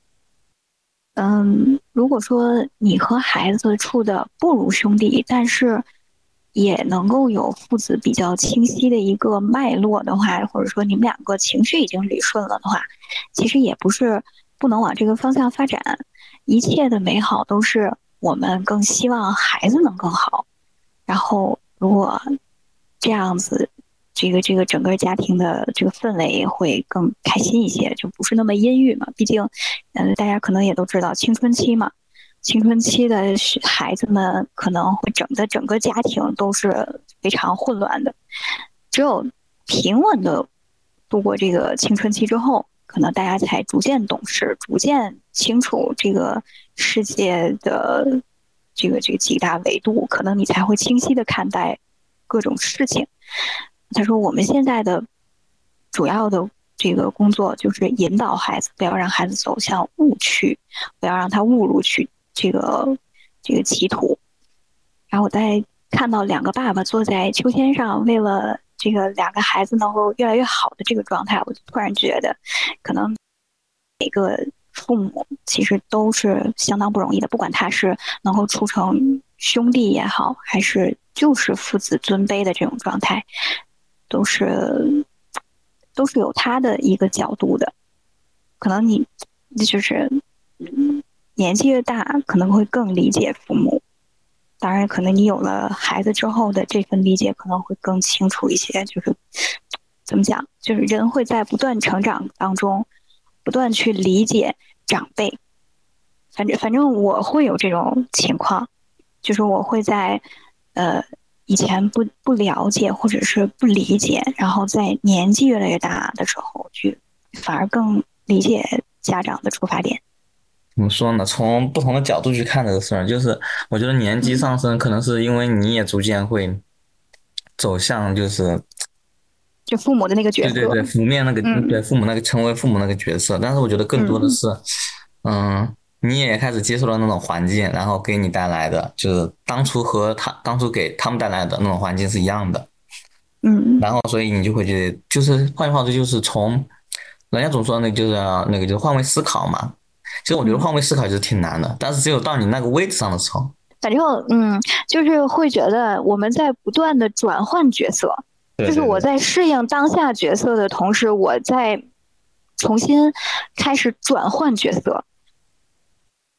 如果说你和孩子处的不如兄弟，但是也能够有父子比较清晰的一个脉络的话，或者说你们两个情绪已经捋顺了的话，其实也不是不能往这个方向发展。一切的美好都是我们更希望孩子能更好，然后如果这样子，这个整个家庭的这个氛围会更开心一些，就不是那么阴郁嘛。毕竟，大家可能也都知道青春期嘛，青春期的孩子们可能会整个家庭都是非常混乱的。只有平稳的度过这个青春期之后，可能大家才逐渐懂事，逐渐清楚这个世界的这个几大维度，可能你才会清晰的看待各种事情。他说我们现在的主要的这个工作就是引导孩子，不要让孩子走向误区，不要让他误入去这个歧途。然后我在看到两个爸爸坐在秋千上，为了这个两个孩子能够越来越好的这个状态，我就突然觉得，可能每个父母其实都是相当不容易的，不管他是能够处成兄弟也好，还是就是父子尊卑的这种状态，都是有他的一个角度的。可能你就是年纪越大，可能会更理解父母。当然，可能你有了孩子之后的这份理解可能会更清楚一些。就是怎么讲，就是人会在不断成长当中，不断去理解长辈。反正我会有这种情况，就是我会在以前不了解或者是不理解，然后在年纪越来越大的时候，去反而更理解家长的出发点。 怎么说呢？从不同的角度去看这个事儿，就是我觉得年纪上升，可能是因为你也逐渐会走向就父母的那个角色， 对，负面那个，对父母那个成为父母那个角色。但是我觉得更多的是，你也开始接受了那种环境，然后给你带来的，就是当初给他们带来的那种环境是一样的。然后所以你就会觉得，就是换句话说，就是从人家总说就是换位思考嘛。其实我觉得换位思考就是挺难的，但是只有到你那个位置上的时候， 反正就是会觉得我们在不断的转换角色，就是我在适应当下角色的同时，我在重新开始转换角色。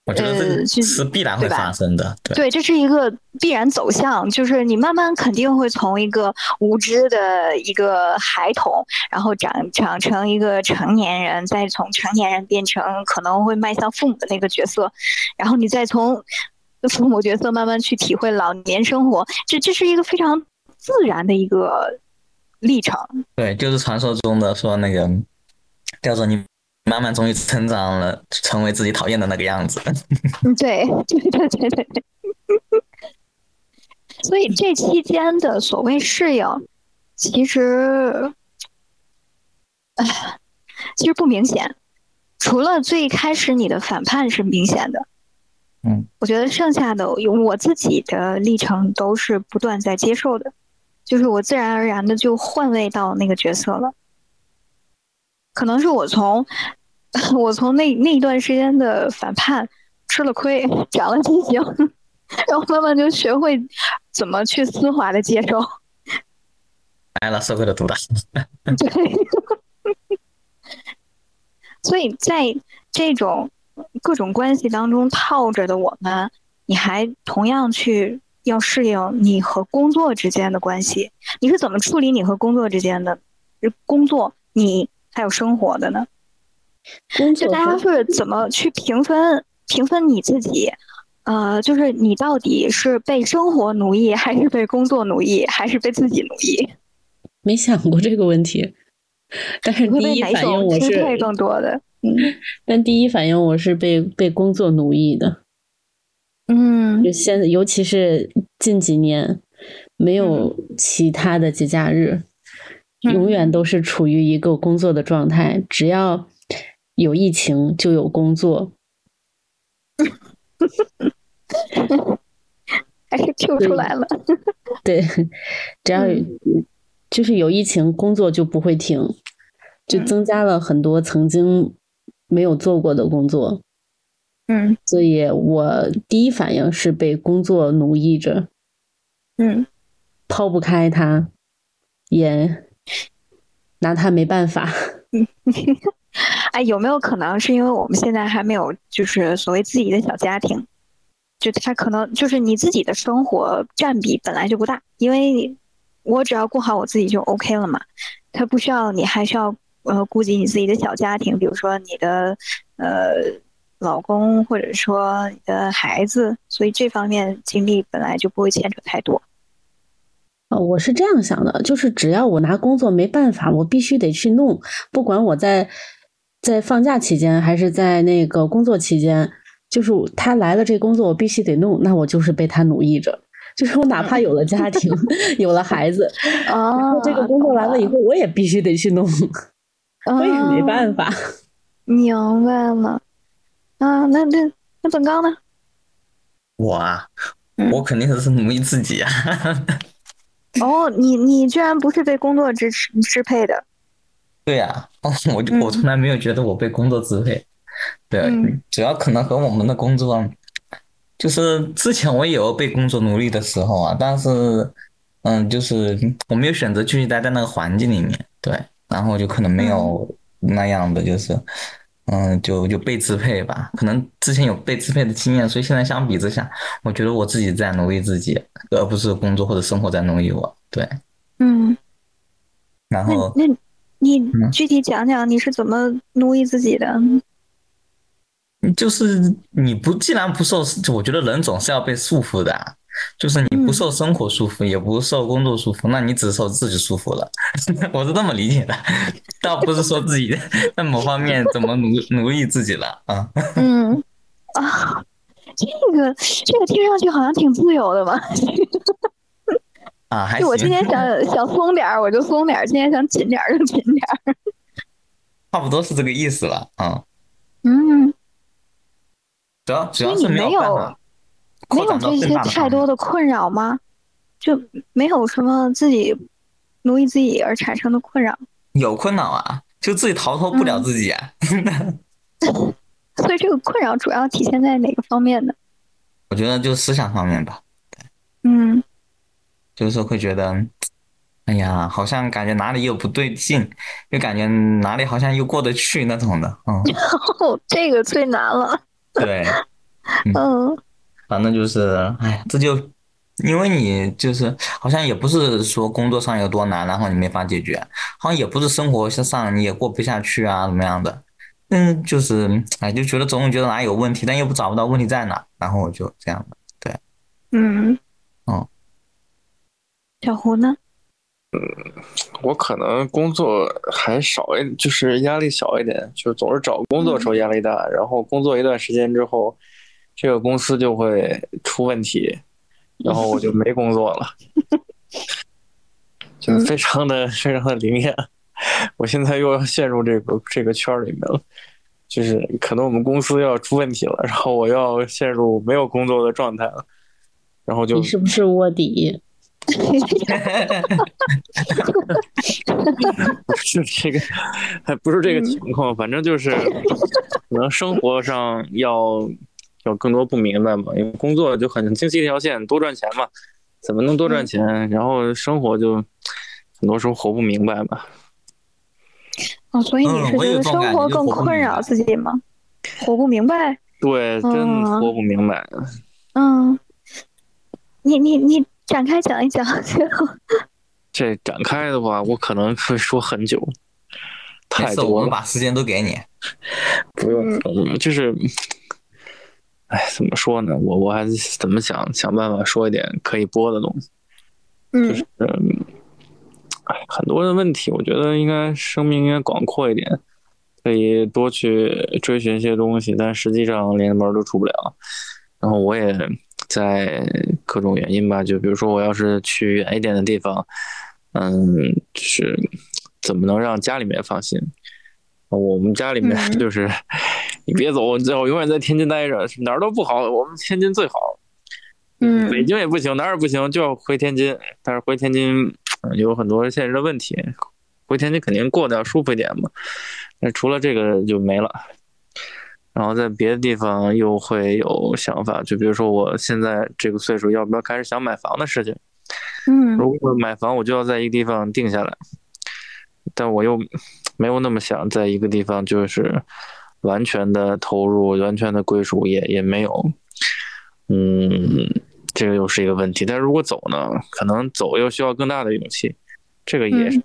我觉得这个是必然会对吧发生的。 对，这是一个必然走向，就是你慢慢肯定会从一个无知的一个孩童，然后长成一个成年人，再从成年人变成可能会迈向父母的那个角色，然后你再从父母角色慢慢去体会老年生活，这是一个非常自然的一个历程。 对，就是传说中的说那个叫做你慢慢终于成长了，成为自己讨厌的那个样子。 对对对对对对。所以这期间的所谓适应，其实，其实不明显，除了最开始你的反叛是明显的。我觉得剩下的我自己的历程都是不断在接受的，就是我自然而然的就换位到那个角色了。可能是我从那一段时间的反叛吃了亏，长了记性，然后慢慢就学会怎么去丝滑的接受。 挨了社会的毒打。 对，所以在这种各种关系当中套着的我们，你还同样去要适应你和工作之间的关系，你是怎么处理你和工作之间的工作，你还有生活的呢？就大家是怎么去评分你自己？就是你到底是被生活奴役，还是被工作奴役，还是被自己奴役？ 没想过这个问题，但是第一反应我是更多的。 但第一反应我是被工作奴役的。就现在，尤其是近几年，没有其他的节假日，永远都是处于一个工作的状态。只要有疫情，就有工作。 还是 Q 出来了。 对，只要就是有疫情，工作就不会停，就增加了很多曾经没有做过的工作。所以我第一反应是被工作奴役着。抛不开它，也拿它没办法。 哎，有没有可能是因为我们现在还没有就是所谓自己的小家庭，就他可能就是你自己的生活占比本来就不大，因为我只要顾好我自己就 OK 了嘛，他不需要你还需要顾及你自己的小家庭，比如说你的老公或者说你的孩子，所以这方面精力本来就不会牵扯太多。 我是这样想的，就是只要我拿工作没办法，我必须得去弄，不管我在放假期间还是在那个工作期间，就是他来了这工作我必须得弄，那我就是被他奴役着。就是我哪怕有了家庭有了孩子，这个工作来了以后我也必须得去弄，我也没办法。 明白了。那本刚呢？ 我我肯定是奴役自己啊。 你居然不是被工作支配的？ 对呀，我从来没有觉得我被工作支配。对，主要可能和我们的工作，就是之前我也有被工作奴役的时候啊，但是就是我没有选择继续待在那个环境里面，对，然后就可能没有那样的就是就被支配吧，可能之前有被支配的经验，所以现在相比之下，我觉得我自己在奴役自己，而不是工作或者生活在奴役我。对，然后那你具体讲讲你是怎么奴役自己的？ 就是既然不受，我觉得人总是要被束缚的啊，就是你不受生活束缚，也不受工作束缚，那你只受自己束缚了。我是这么理解的，倒不是说自己在某方面怎么奴役自己了啊。 这个听上去好像挺自由的嘛。 还行。 就我今天想松点我就松点，今天想紧点就紧点。 差不多是这个意思了啊。主要是没有这些太多的困扰吗？就没有什么自己奴役自己而产生的困扰？ 有困扰啊，就自己逃脱不了自己啊。 所以这个困扰主要体现在哪个方面呢？ 我觉得就思想方面吧。就是说会觉得，哎呀，好像感觉哪里又不对劲，又感觉哪里好像又过得去那种的。这个最难了。 对， 反正就是，哎，这就因为你就是好像也不是说工作上有多难，然后你没法解决，好像也不是生活上你也过不下去啊，怎么样的。就是哎，就觉得总觉得哪有问题，但又找不到问题在哪，然后就这样的。对， 嗯， 嗯， 小胡呢？ 我可能工作还少一，就是压力小一点，就总是找工作的时候压力大，然后工作一段时间之后，这个公司就会出问题，然后我就没工作了，就非常的灵验。我现在又要陷入这个圈里面了，就是可能我们公司要出问题了，然后我要陷入没有工作的状态了，然后就你是不是卧底？ 不是这个，还不是这个情况，反正就是可能生活上要更多不明白嘛，因为工作就很清晰一条线，多赚钱嘛，怎么能多赚钱？然后生活就很多时候活不明白嘛。 哦，所以你是觉得生活更困扰自己吗？活不明白？ 对，真活不明白。 你展开讲一讲。 这展开的话，我可能会说很久，太多了。 我们把时间都给你。 不用，就是，哎，怎么说呢？我还怎么想办法说一点可以播的东西。就是很多的问题，我觉得生命应该广阔一点，可以多去追寻一些东西，但实际上连门都出不了。然后我也在各种原因吧，就比如说我要是去远一点的地方，就是怎么能让家里面放心？我们家里面就是你别走，我永远在天津待着，哪儿都不好，我们天津最好。北京也不行，哪儿也不行，就要回天津。但是回天津有很多现实的问题，回天津肯定过得要舒服一点嘛。但除了这个就没了。然后在别的地方又会有想法，就比如说我现在这个岁数，要不要开始想买房的事情？如果买房，我就要在一个地方定下来，但我又没有那么想在一个地方就是完全的投入、完全的归属，也没有。这个又是一个问题。但如果走呢，可能走又需要更大的勇气，这个也是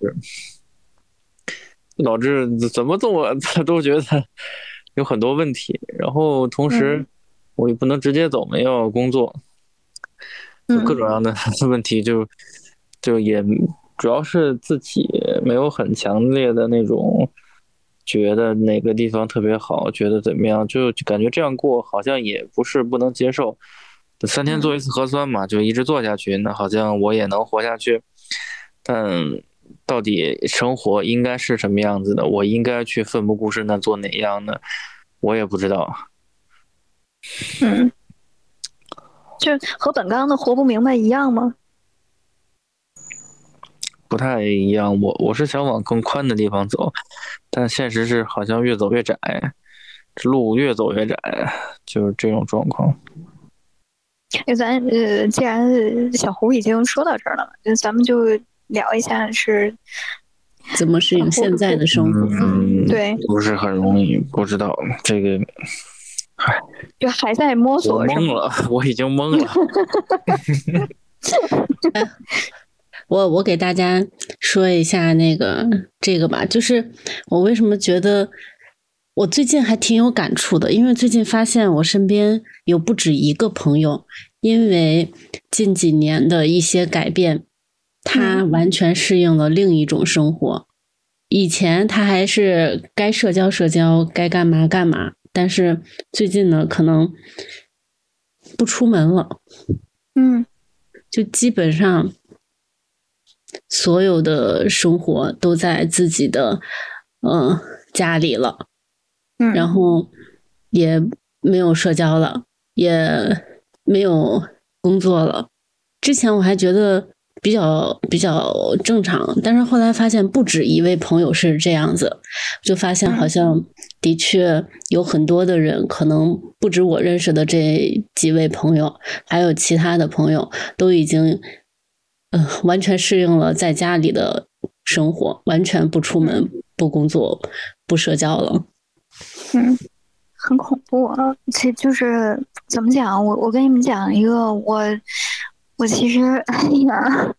导致怎么走都觉得有很多问题。然后同时我也不能直接走，没有工作，就各种各样的问题，就也主要是自己没有很强烈的那种觉得哪个地方特别好，觉得怎么样，就感觉这样过好像也不是不能接受。3天做一次核酸嘛，就一直做下去，那好像我也能活下去。但到底生活应该是什么样子的？我应该去奋不顾身的做哪样的？我也不知道。 就和本刚的活不明白一样吗？ 不太一样，我是想往更宽的地方走，但现实是好像越走越窄，这路越走越窄，就是这种状况。 咱既然小胡已经说到这儿了，咱们就聊一下是怎么适应现在的生活。 对， 不是很容易，不知道这个， 就还在摸索。 我懵了，我已经懵了。 我给大家说一下这个吧，就是我为什么觉得我最近还挺有感触的，因为最近发现我身边有不止一个朋友，因为近几年的一些改变，他完全适应了另一种生活。以前他还是该社交社交，该干嘛干嘛，但是最近呢，可能不出门了。就基本上所有的生活都在自己的家里了，然后也没有社交了，也没有工作了。之前我还觉得比较正常，但是后来发现不止一位朋友是这样子，就发现好像的确有很多的人，可能不止我认识的这几位朋友，还有其他的朋友都已经完全适应了在家里的生活，完全不出门、不工作、不社交了。 很恐怖啊！这就是怎么讲？我跟你们讲一个，我其实哎呀，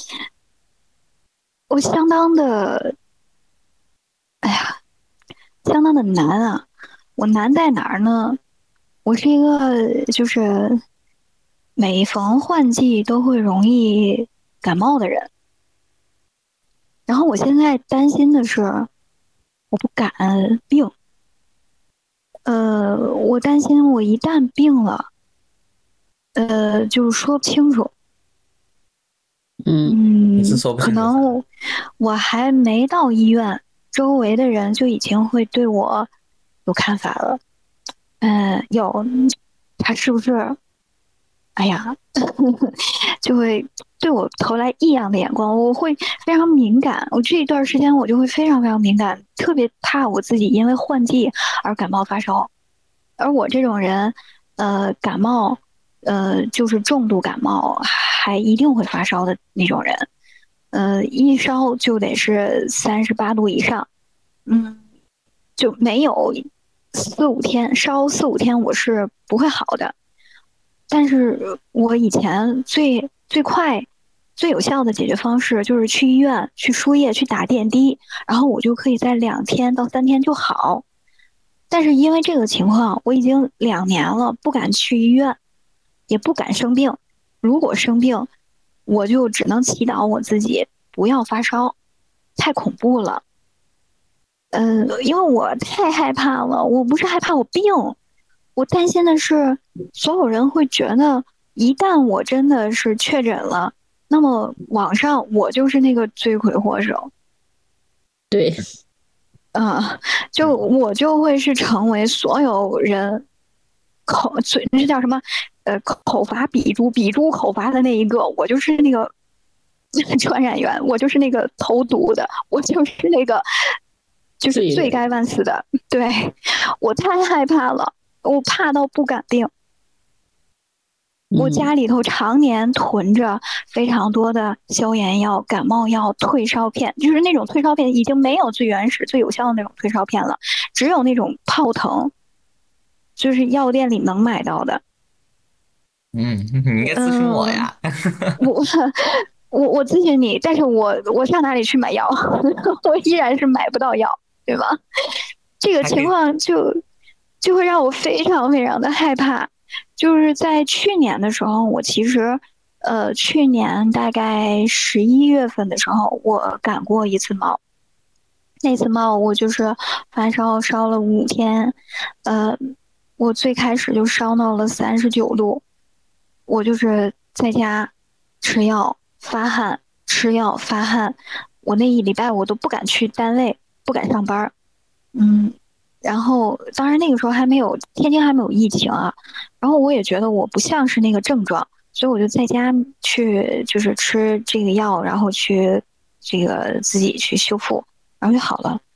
我相当的，哎呀，相当的难啊！我难在哪儿呢？我是一个就是每逢换季都会容易感冒的人。然后我现在担心的是，我不敢病。我担心我一旦病了，就是说不清楚。 你是说不可清楚啥？ 能我还没到医院，周围的人就已经会对我有看法了。有他是不是？哎呀，就会对我投来异样的眼光，我会非常敏感。我这一段时间我就会非常非常敏感，特别怕我自己因为换季而感冒发烧。而我这种人，感冒，就是重度感冒，还一定会发烧的那种人。一烧就得是38度以上，就没有4、5天烧4、5天我是不会好的。但是我以前最快、最有效的解决方式就是去医院去输液去打点滴，然后我就可以在2天到3天就好。但是因为这个情况，我已经2年了，不敢去医院，也不敢生病。如果生病，我就只能祈祷我自己不要发烧，太恐怖了。因为我太害怕了，我不是害怕我病，我担心的是所有人会觉得，一旦我真的是确诊了，那么网上我就是那个罪魁祸首。 对， 就我就会是成为所有人那叫什么？口伐笔诛，笔诛口伐的那一个，我就是那个传染源，我就是那个投毒的，我就是那个就是罪该万死的。对，我太害怕了，我怕到不敢病。我家里头常年囤着非常多的消炎药、感冒药、退烧片，就是那种退烧片已经没有最原始、最有效的那种退烧片了，只有那种泡腾，就是药店里能买到的。 你应该咨询我呀。 我咨询你，但是我上哪里去买药？我依然是买不到药，对吧？这个情况就会让我非常非常的害怕。就是在去年的时候，我其实，去年大概11月份的时候，我感过一次冒。那次冒我就是发烧烧了5天，我最开始就烧到了39度，我就是在家吃药发汗，吃药发汗，我那1礼拜我都不敢去单位，不敢上班。然后当然那个时候天津还没有疫情啊，然后我也觉得我不像是那个症状，所以我就在家去就是吃这个药，然后去这个自己去修复，然后就好了。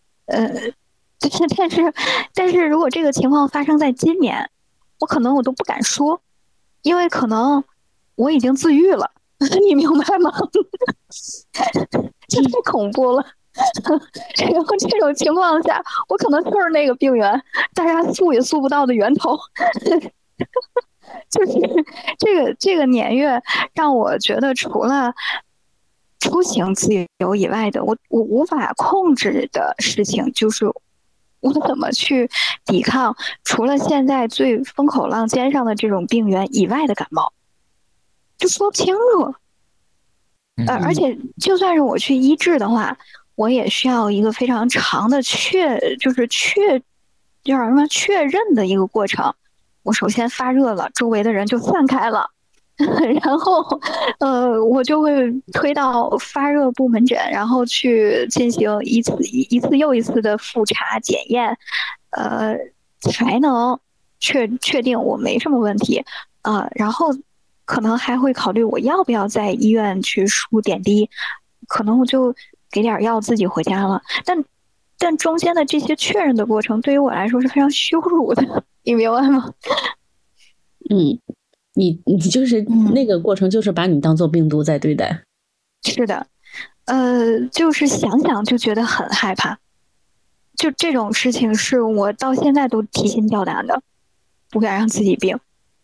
但是如果这个情况发生在今年，我都不敢说，因为可能我已经自愈了，你明白吗？这太恐怖了。然后这种情况下，我可能就是那个病源，大家溯也溯不到的源头。就是这个年月让我觉得，除了出行自由以外的，我无法控制的事情，就是我怎么去抵抗除了现在最风口浪尖上的这种病源以外的感冒，就说不清楚。而且就算是我去医治的话，我也需要一个非常长的叫什么确认的一个过程。我首先发热了，周围的人就散开了，然后我就会推到发热部门诊，然后去进行一次又一次的复查检验，才能确定我没什么问题。然后可能还会考虑我要不要在医院去输点滴，可能我就给点药自己回家了。但中间的这些确认的过程对于我来说是非常羞辱的，你明白吗？ 你就是那个过程，就是把你当做病毒在对待。 是的，就是想想就觉得很害怕。 就这种事情是我到现在都提心吊胆的，不敢让自己病。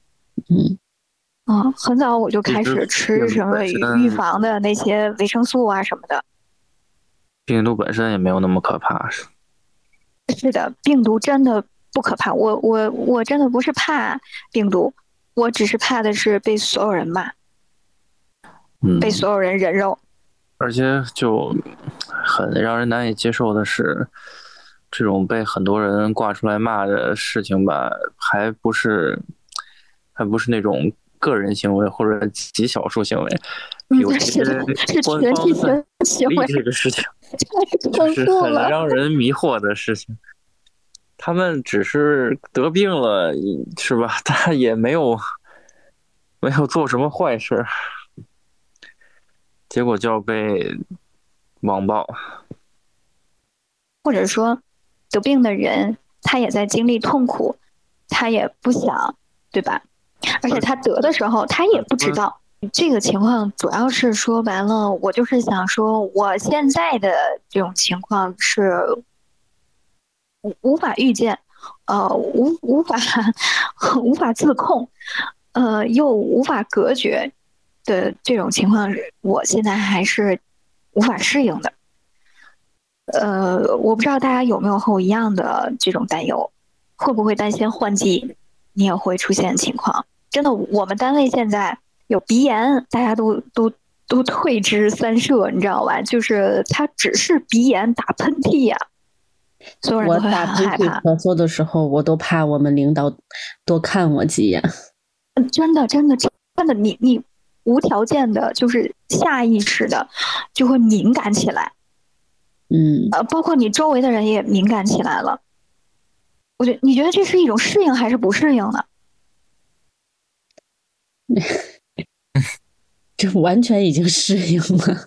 很早我就开始吃什么预防的那些维生素啊什么的。 病毒本身也没有那么可怕。 是的，病毒真的不可怕。我真的不是怕病毒，我只是怕的是被所有人骂，被所有人人肉。 而且就很让人难以接受的是，这种被很多人挂出来骂的事情吧，还不是那种个人行为或者极少数行为，有些官方在立这个事情，就是很让人迷惑的事情。他们只是得病了，是吧？他也没有做什么坏事，结果就要被网暴。 或者说，得病的人他也在经历痛苦，他也不想，对吧？而且他得的时候他也不知道。这个情况主要是说白了，我就是想说，我现在的这种情况是无法预见，无法自控，又无法隔绝的这种情况，我现在还是无法适应的。我不知道大家有没有和我一样的这种担忧，会不会担心换季你也会出现情况？真的，我们单位现在有鼻炎，大家都退之三舍，你知道吧？就是他只是鼻炎打喷嚏呀，所有人都会很害怕。 咳嗽的时候，我都怕我们领导多看我几眼。 真的，你无条件的，就是下意识的就会敏感起来。包括你周围的人也敏感起来了。你觉得这是一种适应还是不适应呢？ 这完全已经适应了。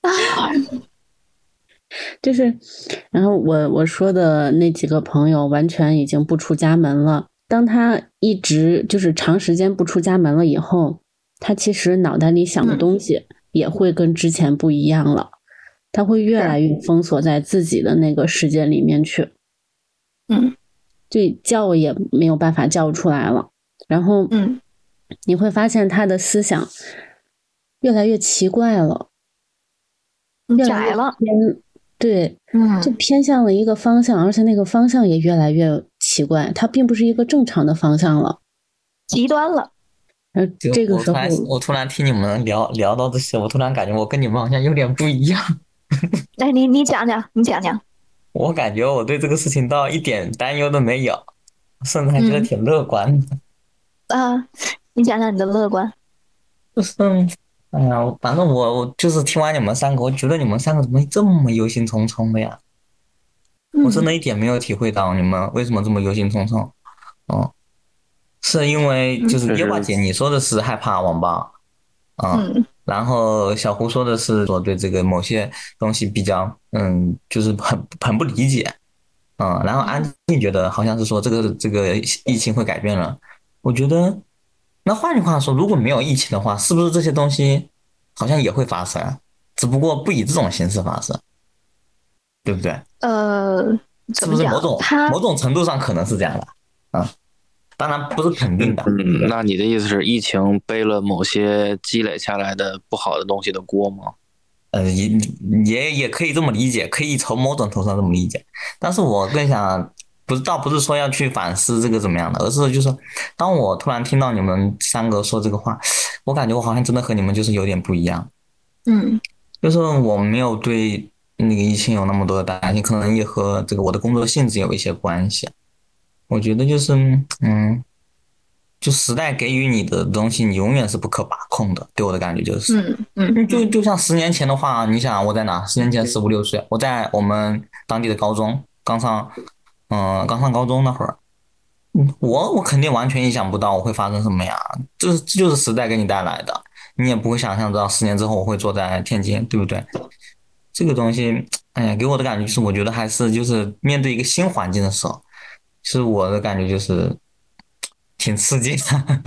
就是，然后我说的那几个朋友完全已经不出家门了。当他一直就是长时间不出家门了以后，他其实脑袋里想的东西也会跟之前不一样了。他会越来越封锁在自己的那个世界里面去，就叫也没有办法叫出来了。然后，你会发现他的思想越来越奇怪了， 窄了， 对，就偏向了一个方向，而且那个方向也越来越奇怪，它并不是一个正常的方向了， 极端了。 这个时候， 我突然听你们聊到这些，我突然感觉我跟你们好像有点不一样。 哎，你讲讲。 我感觉我对这个事情倒一点担忧都没有，甚至还觉得挺乐观的。 你讲讲你的乐观。 就是，哎呀，反正我就是听完你们三个，我觉得你们三个怎么这么忧心忡忡的呀？我真的一点没有体会到你们为什么这么忧心忡忡。是因为就是耶华姐你说的是害怕网暴，然后小胡说的是说对这个某些东西比较就是很不理解，然后安静觉得好像是说这个疫情会改变了。我觉得那换句话说，如果没有疫情的话，是不是这些东西好像也会发生，只不过不以这种形式发生，对不对？是不是某种程度上可能是这样的当然不是肯定的。 那你的意思是疫情背了某些积累下来的不好的东西的锅吗？ 也可以这么理解，可以从某种程度上这么理解。但是我更想倒不是说要去反思这个怎么样的，而是就是当我突然听到你们三个说这个话，我感觉我好像真的和你们就是有点不一样。就是我没有对那个疫情有那么多的担心，可能也和这个我的工作性质有一些关系。我觉得就是就时代给予你的东西，你永远是不可把控的。对我的感觉就是，就像10年前的话，你想我在哪？10年前15、16岁，我在我们当地的高中，刚上高中那会儿，我肯定完全意想不到我会发生什么呀。这就是时代给你带来的，你也不会想象到10年之后我会坐在天津，对不对？这个东西，哎呀，给我的感觉就是，我觉得还是就是面对一个新环境的时候，其实我的感觉就是挺刺激的。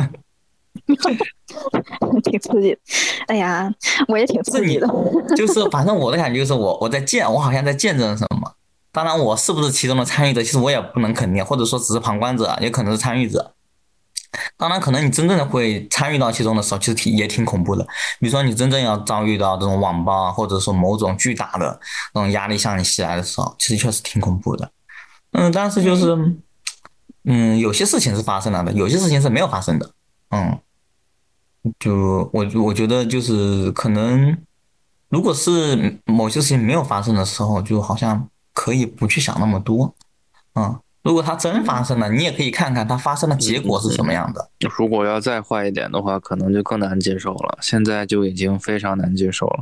挺刺激的。哎呀，我也挺刺激的。 就是反正我的感觉就是我好像在见证什么。 当然，我是不是其中的参与者，其实我也不能肯定，或者说只是旁观者，也可能是参与者。当然，可能你真正的会参与到其中的时候，其实也挺恐怖的。比如说，你真正要遭遇到这种网暴啊，或者说某种巨大的那种压力向你袭来的时候，其实确实挺恐怖的。但是就是，有些事情是发生了的，有些事情是没有发生的。就我觉得就是可能，如果是某些事情没有发生的时候，就好像可以不去想那么多。如果它真发生了，你也可以看看它发生的结果是什么样的。 如果要再坏一点的话，可能就更难接受了。现在就已经非常难接受了。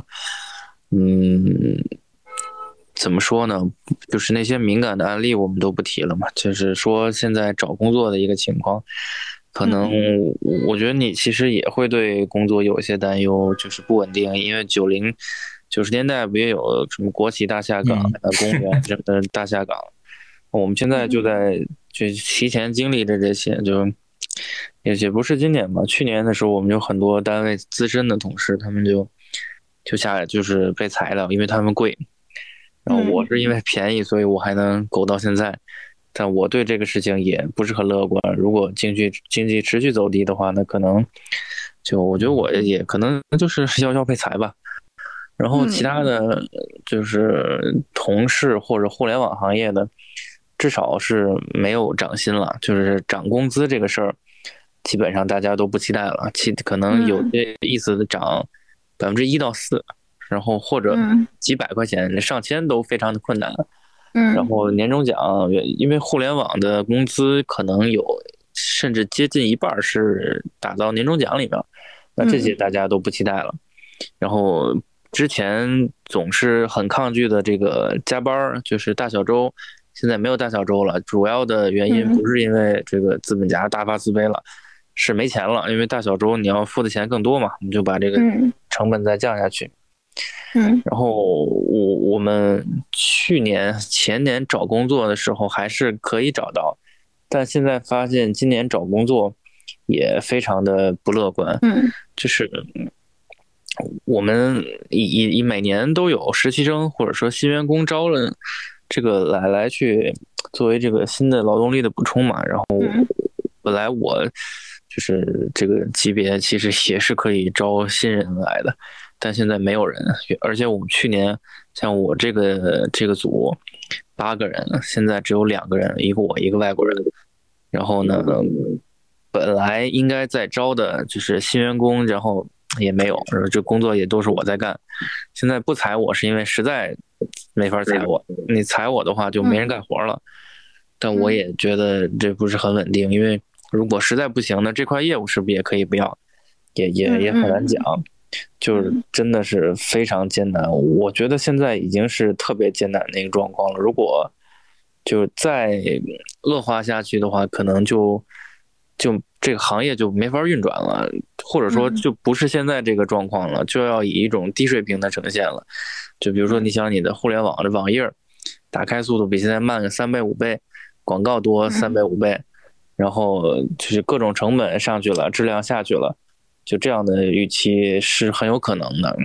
怎么说呢？就是那些敏感的案例我们都不提了嘛，就是说现在找工作的一个情况，可能我觉得你其实也会对工作有一些担忧，就是不稳定，因为90年代不也有什么国企大下岗、公园什么的大下岗，我们现在就提前经历着这些，也不是今年吧，去年的时候我们有很多单位资深的同事，他们就下来就是被裁了，因为他们贵。然后我是因为便宜，所以我还能苟到现在，但我对这个事情也不是很乐观。如果经济持续走低的话，那可能我觉得我也可能就是要被裁吧。然后其他的就是同事或者互联网行业的，至少是没有涨薪了，就是涨工资这个事儿，基本上大家都不期待了，可能有些意思的涨1%到4%。然后或者几百块钱、上千都非常的困难。然后年终奖，因为互联网的工资可能有甚至接近一半是打到年终奖里面，那这些大家都不期待了。然后之前总是很抗拒的这个加班，就是大小周，现在没有大小周了。主要的原因不是因为这个资本家大发慈悲了，是没钱了，因为大小周你要付的钱更多嘛，你就把这个成本再降下去。然后我们前年找工作的时候还是可以找到，但现在发现今年找工作也非常的不乐观。就是我们以每年都有实习生或者说新员工招了这个来去作为这个新的劳动力的补充嘛，然后本来我就是这个级别其实也是可以招新人来的，但现在没有人，而且我们去年像我这个组8个人，现在只有2个人，一个我一个外国人。然后呢，本来应该在招的就是新员工，然后也没有，这工作也都是我在干。现在不裁我是因为实在没法裁我，你裁我的话就没人干活了。但我也觉得这不是很稳定，因为如果实在不行呢，这块业务是不是也可以不要，也很难讲。就是真的是非常艰难，我觉得现在已经是特别艰难的一个状况了。如果就再恶化下去的话，可能就这个行业就没法运转了，或者说就不是现在这个状况了，就要以一种低水平的呈现了。就比如说你想你的互联网的网页打开速度比现在慢个3倍5倍，广告多3倍5倍，然后就是各种成本上去了，质量下去了，就这样的预期是很有可能的。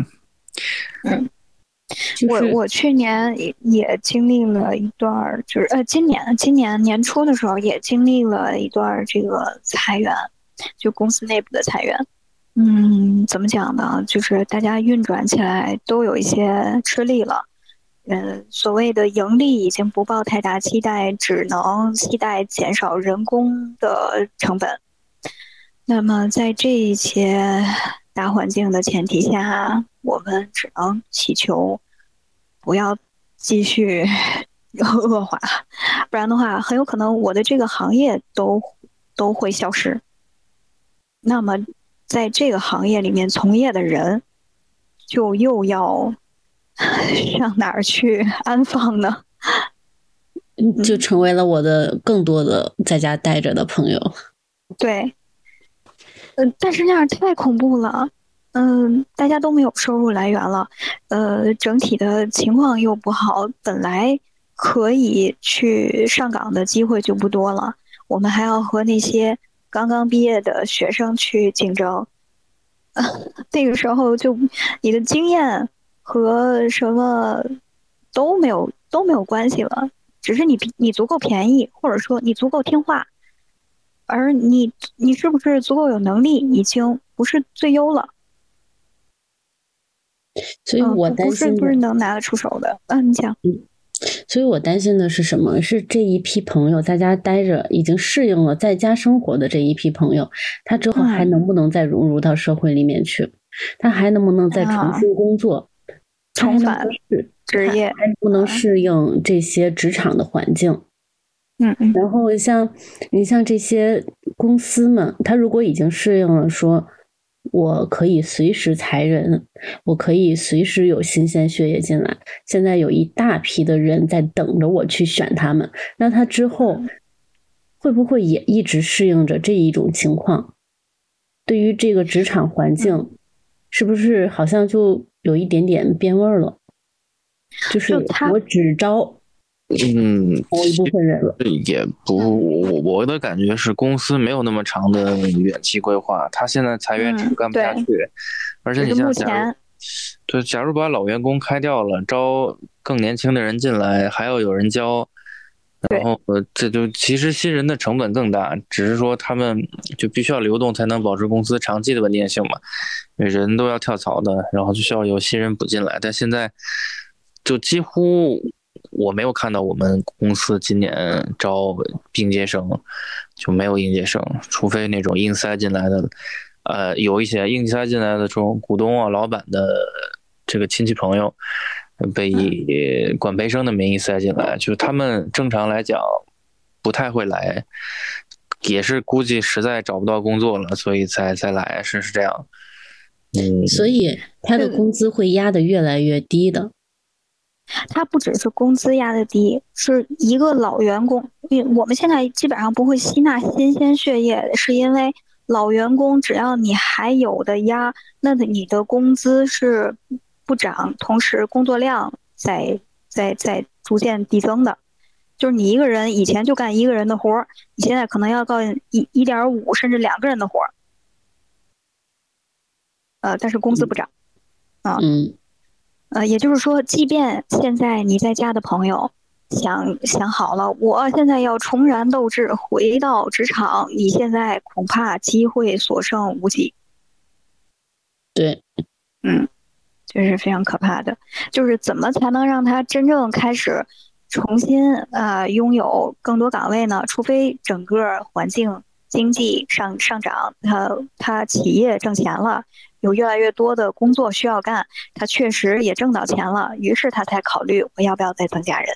我去年也经历了一段，就是今年年初的时候也经历了一段这个裁员，就公司内部的裁员。怎么讲呢？就是大家运转起来都有一些吃力了。所谓的盈利已经不抱太大期待，只能期待减少人工的成本。那么在这一些大环境的前提下，我们只能祈求不要继续恶化，不然的话很有可能我的这个行业都会消失。那么在这个行业里面从业的人就又要上哪儿去安放呢？ 就成为了我的更多的在家待着的朋友。 对，但是那样太恐怖了。大家都没有收入来源了，整体的情况又不好，本来可以去上岗的机会就不多了，我们还要和那些刚刚毕业的学生去竞争。那个时候就你的经验和什么都没有关系了， 只是你足够便宜，或者说你足够听话，而你是不是足够有能力，已经不是最优了。 所以我担心不是能拿得出手的。你讲。 所以我担心的是什么？是这一批朋友在家待着，已经适应了在家生活的这一批朋友，他之后还能不能再融入到社会里面去？他还能不能再重新工作？ 重返职业， 还能不能适应这些职场的环境？然后你像这些公司们，他如果已经适应了说，我可以随时裁人，我可以随时有新鲜血液进来，现在有一大批的人在等着我去选他们，那他之后会不会也一直适应着这一种情况？对于这个职场环境，是不是好像就有一点点变味了？就是我只招某一部分人了。 也不，我的感觉是公司没有那么长的远期规划，他现在裁员只是干不下去，而且你像假如把老员工开掉了，招更年轻的人进来，还要有人教，然后这就其实新人的成本更大，只是说他们就必须要流动才能保持公司长期的稳定性嘛，人都要跳槽的，然后就需要有新人补进来，但现在就几乎我没有看到我们公司今年招应届生，就没有应届生，除非那种硬塞进来的，有一些硬塞进来的这种股东啊、老板的这个亲戚朋友，被以管培生的名义塞进来，就他们正常来讲不太会来，也是估计实在找不到工作了，所以才来，是这样。 所以他的工资会压得越来越低的。 他不只是工资压得低，是一个老员工。我们现在基本上不会吸纳新鲜血液，是因为老员工只要你还有的压，那你的工资是不涨，同时工作量在逐渐递增的。就是你一个人以前就干一个人的活，你现在可能要干1.5甚至2个人的活，但是工资不涨啊。也就是说，即便现在你在家的朋友想好了，我现在要重燃斗志，回到职场，你现在恐怕机会所剩无几。 对， 这是非常可怕的。就是怎么才能让他真正开始重新拥有更多岗位呢？除非整个环境经济上涨，他企业挣钱了。有越来越多的工作需要干，他确实也挣到钱了，于是他才考虑我要不要再增加人。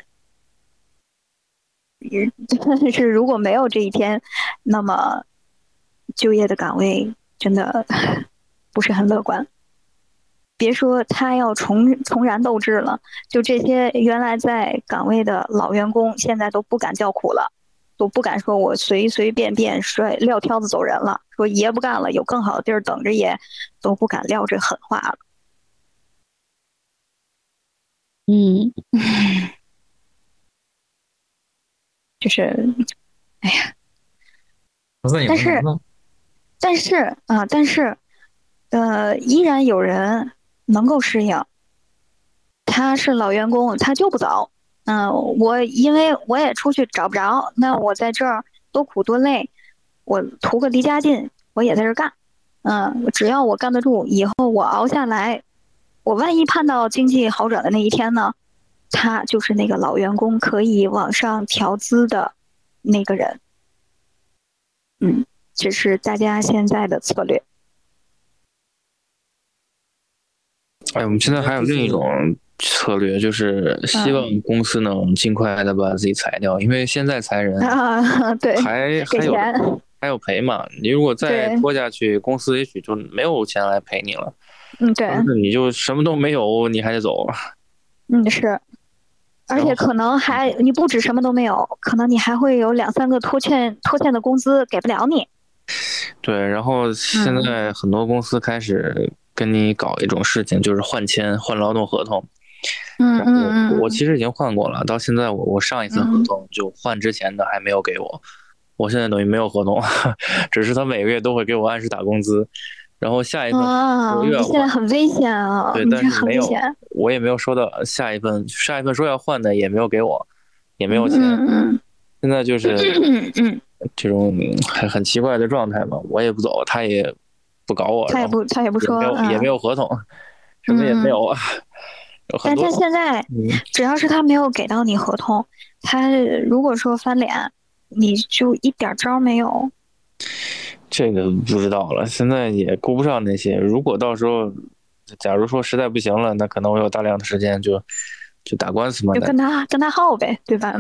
但是如果没有这一天，那么就业的岗位真的不是很乐观。别说他要重燃斗志了，就这些原来在岗位的老员工，现在都不敢叫苦了。都不敢说我随便撂挑子走人了，说爷不干了，有更好的地儿等着爷，都不敢撂这狠话了。就是，哎呀，但是，依然有人能够适应。他是老员工，他就不走。因为我也出去找不着，那我在这儿多苦多累，我图个离家近，我也在这儿干。只要我干得住，以后我熬下来，我万一盼到经济好转的那一天呢，他就是那个老员工可以往上调资的那个人。这是大家现在的策略。 我们现在还有另一种策略，就是希望公司能尽快的把自己裁掉，因为现在裁人对， 还有赔嘛。你如果再拖下去，公司也许就没有钱来赔你了。 对， 你就什么都没有，你还得走。 是，而且可能你不止什么都没有，可能你还会有2-3个拖欠的工资给不了你。 对，然后现在很多公司开始跟你搞一种事情，就是换劳动合同。我其实已经换过了，到现在我上一份合同就换之前的还没有给我现在等于没有合同，只是他每个月都会给我按时打工资，然后下一份你现在很危险啊！ 对，但是没有，我也没有收到下一份说要换的也没有给我， 也没有钱。 嗯现在就是嗯嗯， 这种很奇怪的状态嘛，我也不走，他也不搞我，然后他也不说， 也没有合同，什么也没有啊。有很多， 但现在只要是他没有给到你合同，他如果说翻脸，你就一点招没有。 这个不知道了，现在也顾不上那些。如果到时候，假如说实在不行了，那可能我有大量的时间就打官司嘛。 就跟他耗呗，对吧？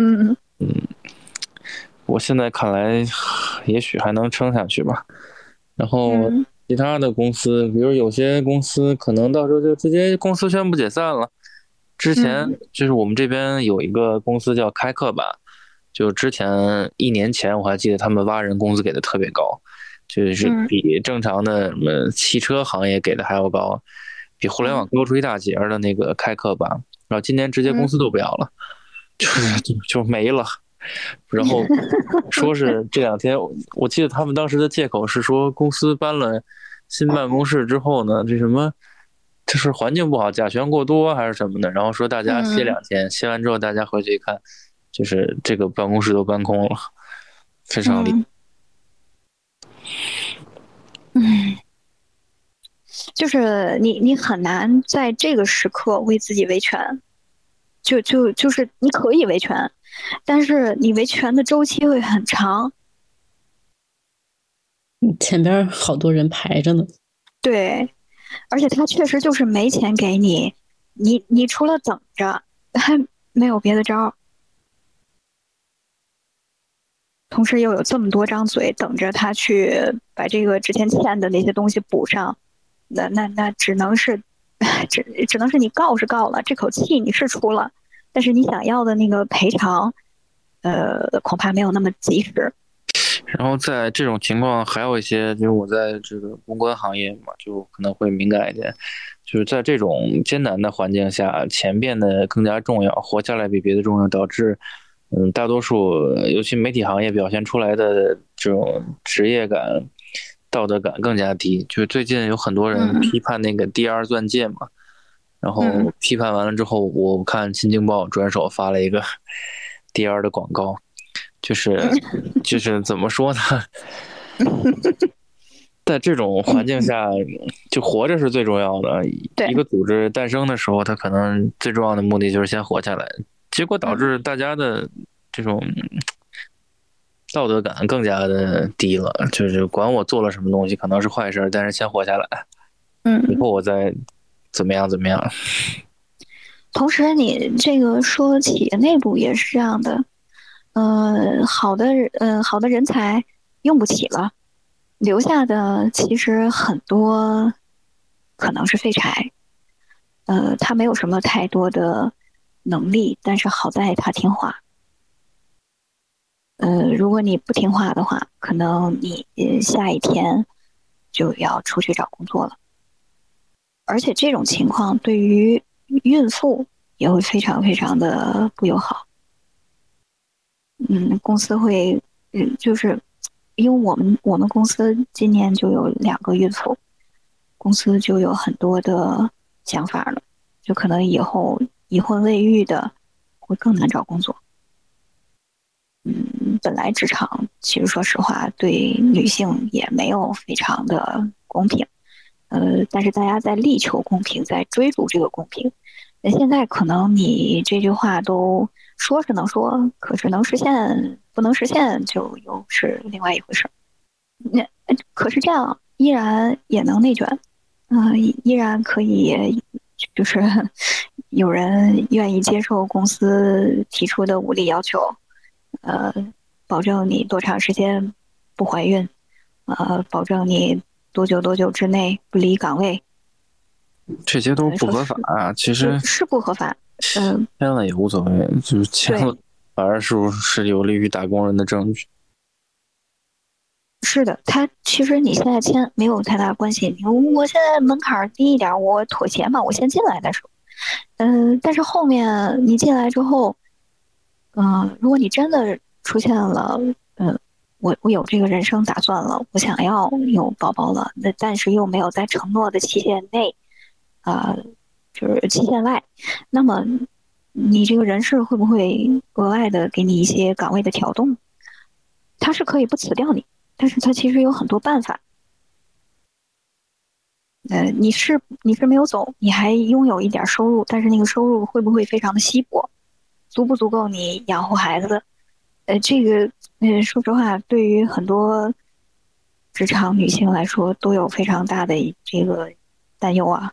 我现在看来，也许还能撑下去吧。然后其他的公司，比如有些公司可能到时候就直接公司宣布解散了。之前就是我们这边有一个公司叫开课吧，就之前1年前我还记得他们挖人工资给的特别高，就是比正常的什么汽车行业给的还要高，比互联网高出一大截的那个开课吧。然后今年直接公司都不要了，就没了。然后说是这2天，我记得他们当时的借口是说公司搬了新办公室之后呢，这什么这是环境不好，甲醛过多还是什么的，然后说大家歇2天，歇完之后大家回去一看，就是这个办公室都搬空了，非常厉害。 就是你很难在这个时刻为自己维权，就是你可以维权，但是你维权的周期会很长， 前边好多人排着呢。 对，而且他确实就是没钱给你，你除了等着还没有别的招，同时又有这么多张嘴等着他去把这个之前欠的那些东西补上，那只能是只能是你告是告了，这口气你是出了，但是你想要的那个赔偿，恐怕没有那么及时。 然后在这种情况，还有一些就是我在这个公关行业嘛，就可能会敏感一点。就是在这种艰难的环境下，钱变得更加重要，活下来比别的重要，导致大多数尤其媒体行业表现出来的这种职业感、道德感更加低。就是最近有很多人批判那个DR钻戒嘛，然后批判完了之后，我看新京报转手发了一个 DR 的广告。就是怎么说呢？在这种环境下，就活着是最重要的。一个组织诞生的时候，它可能最重要的目的就是先活下来，结果导致大家的这种道德感更加的低了。就是管我做了什么东西可能是坏事，但是先活下来，以后我再怎么样。 同时，你这个说企业内部也是这样的。好的人才用不起了，留下的其实很多可能是废柴。他没有什么太多的能力，但是好在他听话。如果你不听话的话，可能你下一天就要出去找工作了。而且这种情况对于孕妇也会非常非常的不友好。公司会，就是因为我们公司今年就有2个孕妇，公司就有很多的想法了，就可能以后已婚未育的会更难找工作。本来职场其实说实话对女性也没有非常的公平，但是大家在力求公平，在追逐这个公平。那现在可能你这句话都说是能说，可是能实现不能实现就又是另外一回事。那可是这样依然也能内卷，依然可以就是有人愿意接受公司提出的无理要求，保证你多长时间不怀孕，保证你多久之内不离岗位。 这些都不合法啊，其实是不合法。 签了也无所谓，就是签了反而是有利于打工人的证据。 是的，他其实你现在签没有太大关系。我现在门槛低一点，我妥协嘛，我先进来再说。但是后面你进来之后，如果你真的出现了，我有这个人生打算了，我想要有宝宝了，但是又没有在承诺的期限内。就是期限外，那么你这个人事会不会额外的给你一些岗位的调动？他是可以不辞掉你，但是他其实有很多办法。你是没有走，你还拥有一点收入，但是那个收入会不会非常的稀薄，足不足够你养活孩子？这个说实话，对于很多职场女性来说，都有非常大的这个担忧啊。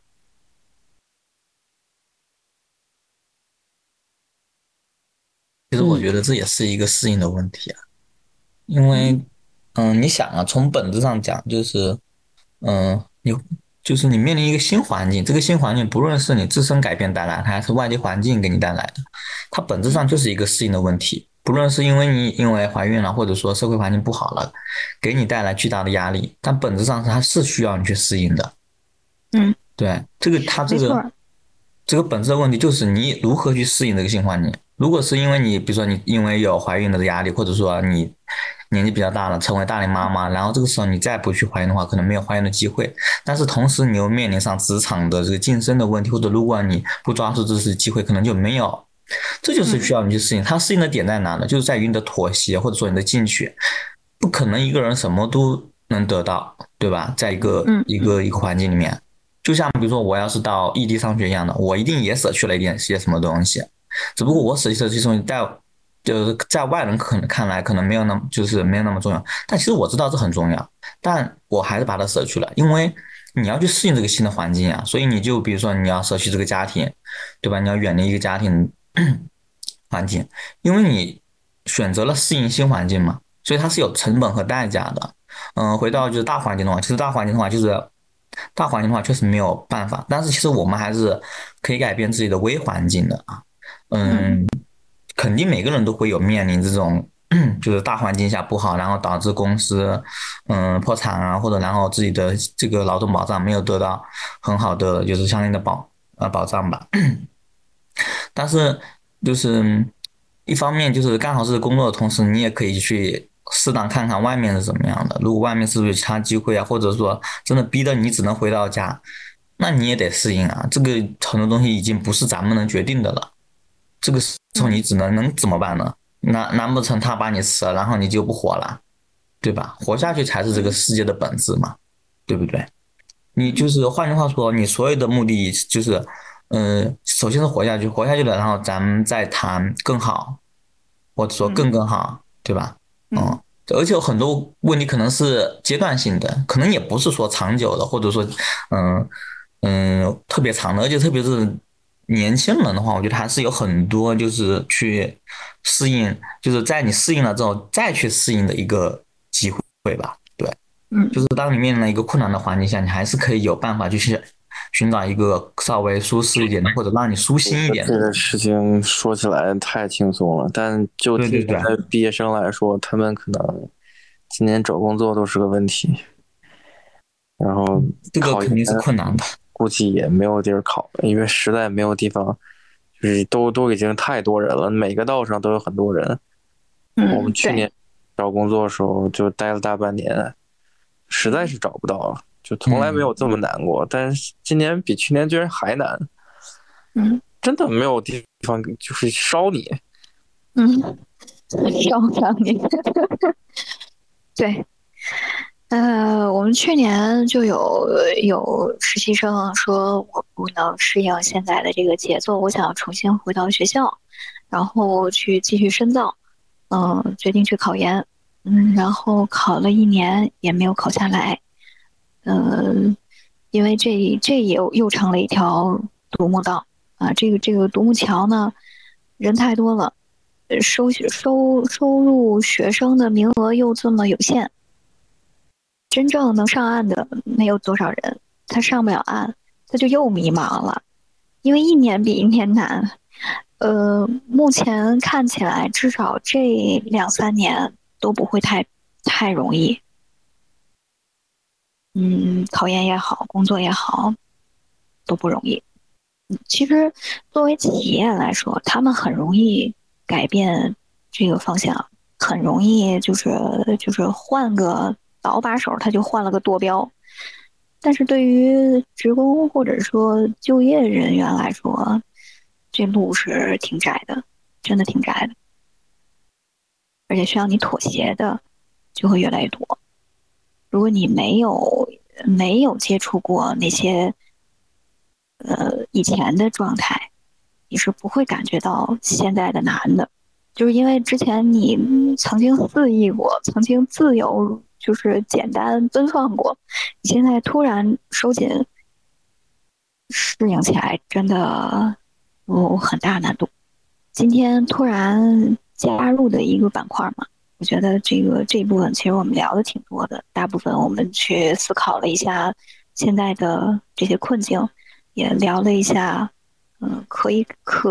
其实我觉得这也是一个适应的问题啊，因为，你想啊，从本质上讲，就是，你就是你面临一个新环境，这个新环境不论是你自身改变带来的，还是外界环境给你带来的，它本质上就是一个适应的问题。不论是因为你因为怀孕了，或者说社会环境不好了，给你带来巨大的压力，但本质上它是需要你去适应的。对，这个本质的问题就是你如何去适应这个新环境。如果是因为你，比如说你因为有怀孕的压力，或者说你年纪比较大了，成为大龄妈妈，然后这个时候你再不去怀孕的话，可能没有怀孕的机会。但是同时你又面临上职场的这个晋升的问题，或者如果你不抓住这次机会，可能就没有。这就是需要你去适应。它适应的点在哪呢？就是在于你的妥协，或者说你的进取。不可能一个人什么都能得到，对吧？在一个环境里面。就像比如说我要是到异地上学一样的，我一定也舍去了些什么东西，只不过我舍弃这些东西就是在外人可能看来可能没有那么重要，但其实我知道这很重要，但我还是把它舍去了，因为你要去适应这个新的环境啊，所以你就比如说你要舍弃这个家庭，对吧？你要远离一个家庭环境，因为你选择了适应新环境嘛，所以它是有成本和代价的。回到就是大环境的话，其实大环境的话确实没有办法，但是其实我们还是可以改变自己的微环境的啊。肯定每个人都会有面临这种就是大环境下不好，然后导致公司破产啊，或者然后自己的这个劳动保障没有得到很好的就是相应的保障吧。但是就是一方面就是刚好是工作的同时，你也可以去适当看看外面是怎么样的。如果外面是不是有其他机会啊，或者说真的逼得你只能回到家，那你也得适应啊。这个很多东西已经不是咱们能决定的了。这个时候你能怎么办呢？难不成他把你吃了，然后你就不活了，对吧？活下去才是这个世界的本质嘛，对不对？你就是换句话说，你所有的目的就是，首先是活下去，活下去了，然后咱们再谈更好，或者说更好，对吧？而且有很多问题可能是阶段性的，可能也不是说长久的，或者说，特别长的，而且特别是年轻人的话，我觉得还是有很多就是去适应，就是在你适应了之后再去适应的一个机会吧，对。就是当你面临了一个困难的环境下，你还是可以有办法去寻找一个稍微舒适一点的，或者让你舒心一点的。 这个事情说起来太轻松了，但就现在毕业生来说，他们可能今年找工作都是个问题。然后这个肯定是困难的， 估计也没有地儿考，因为实在没有地方，就是都已经太多人了，每个道上都有很多人。我们去年找工作的时候就待了大半年，实在是找不到了，就从来没有这么难过。但是今年比去年居然还难，真的没有地方就是烧你， 烧上你，对。我们去年就有实习生说，我不能适应现在的这个节奏，我想重新回到学校，然后去继续深造。决定去考研，然后考了1年也没有考下来，因为这也又成了一条独木道啊。这个独木桥呢，人太多了，收入学生的名额又这么有限。真正能上岸的没有多少人，他上不了岸，他就又迷茫了，因为1年比1年难。目前看起来至少这2-3年都不会太容易。考研也好，工作也好，都不容易。其实作为企业来说，他们很容易改变这个方向，很容易就是换个倒把手，他就换了个舵标。但是对于职工或者说就业人员来说， 这路是挺窄的，真的挺窄的，而且需要你妥协的就会越来越多。如果你没有接触过那些以前的状态，你是不会感觉到现在的难的。就是因为之前你曾经肆意过，曾经自由，就是简单奔放过，你现在突然收紧，适应起来真的有很大难度。今天突然加入的一个板块嘛，我觉得这一部分其实我们聊的挺多的，大部分我们去思考了一下现在的这些困境，也聊了一下，可以，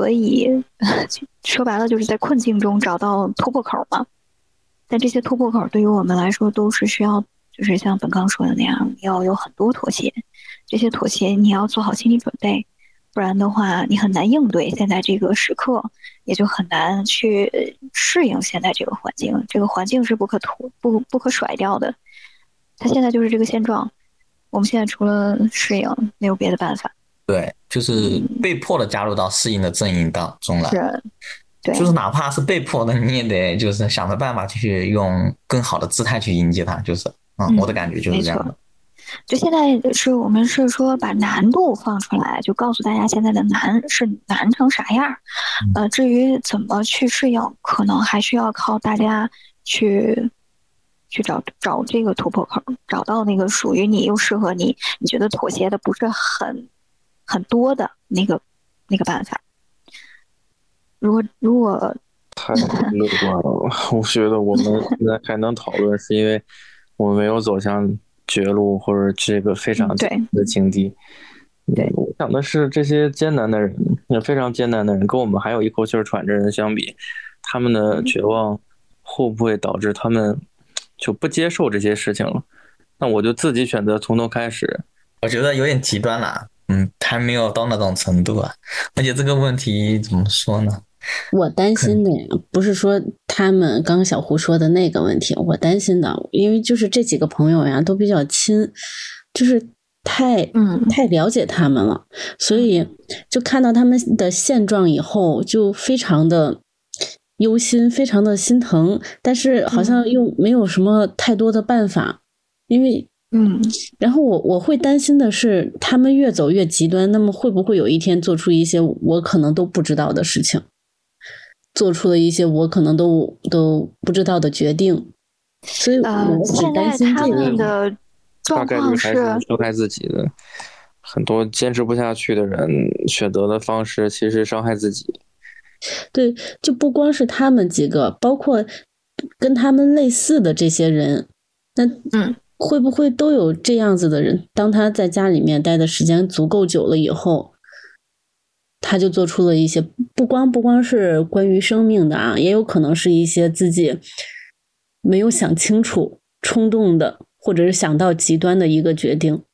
说白了就是在困境中找到突破口嘛。但这些突破口对于我们来说都是需要，就是像本刚说的那样，要有很多妥协，这些妥协你要做好心理准备，不然的话你很难应对现在这个时刻，也就很难去适应现在这个环境。这个环境是不可甩掉的，它现在就是这个现状，我们现在除了适应没有别的办法。 对，就是被迫的加入到适应的阵营当中来。 是，对， 就是哪怕是被迫的，你也得就是想着办法去用更好的姿态去迎接它。就是，我的感觉就是这样的。 就现在我们是说把难度放出来，就告诉大家现在的难是难成啥样。至于怎么去适应，可能还需要靠大家去找这个突破口，找到那个属于你又适合你觉得妥协的不是很多的那个办法。如果太乐观了，我觉得我们现在还能讨论，是因为我们没有走向绝路或者这个非常的境地。 对， 我想的是这些艰难的人，非常艰难的人，跟我们还有一口气喘着人相比，他们的绝望会不会导致他们就不接受这些事情了？那我就自己选择从头开始。 我觉得有点极端了，还没有到那种程度啊。而且这个问题怎么说呢？ 我担心的不是说他们刚小胡说的那个问题，我担心的，因为就是这几个朋友呀都比较亲，就是太了解他们了，所以就看到他们的现状以后就非常的忧心，非常的心疼，但是好像又没有什么太多的办法，因为然后我会担心的是他们越走越极端，那么会不会有一天做出一些我可能都不知道的事情，做出了一些我可能都不知道的决定，所以我只担心这个。 的状况是伤害自己的，很多坚持不下去的人选择的方式其实伤害自己。 对，就不光是他们几个，包括跟他们类似的这些人，那会不会都有这样子的人？当他在家里面待的时间足够久了以后，他就做出了一些不光是关于生命的啊，也有可能是一些自己没有想清楚、冲动的，或者是想到极端的一个决定，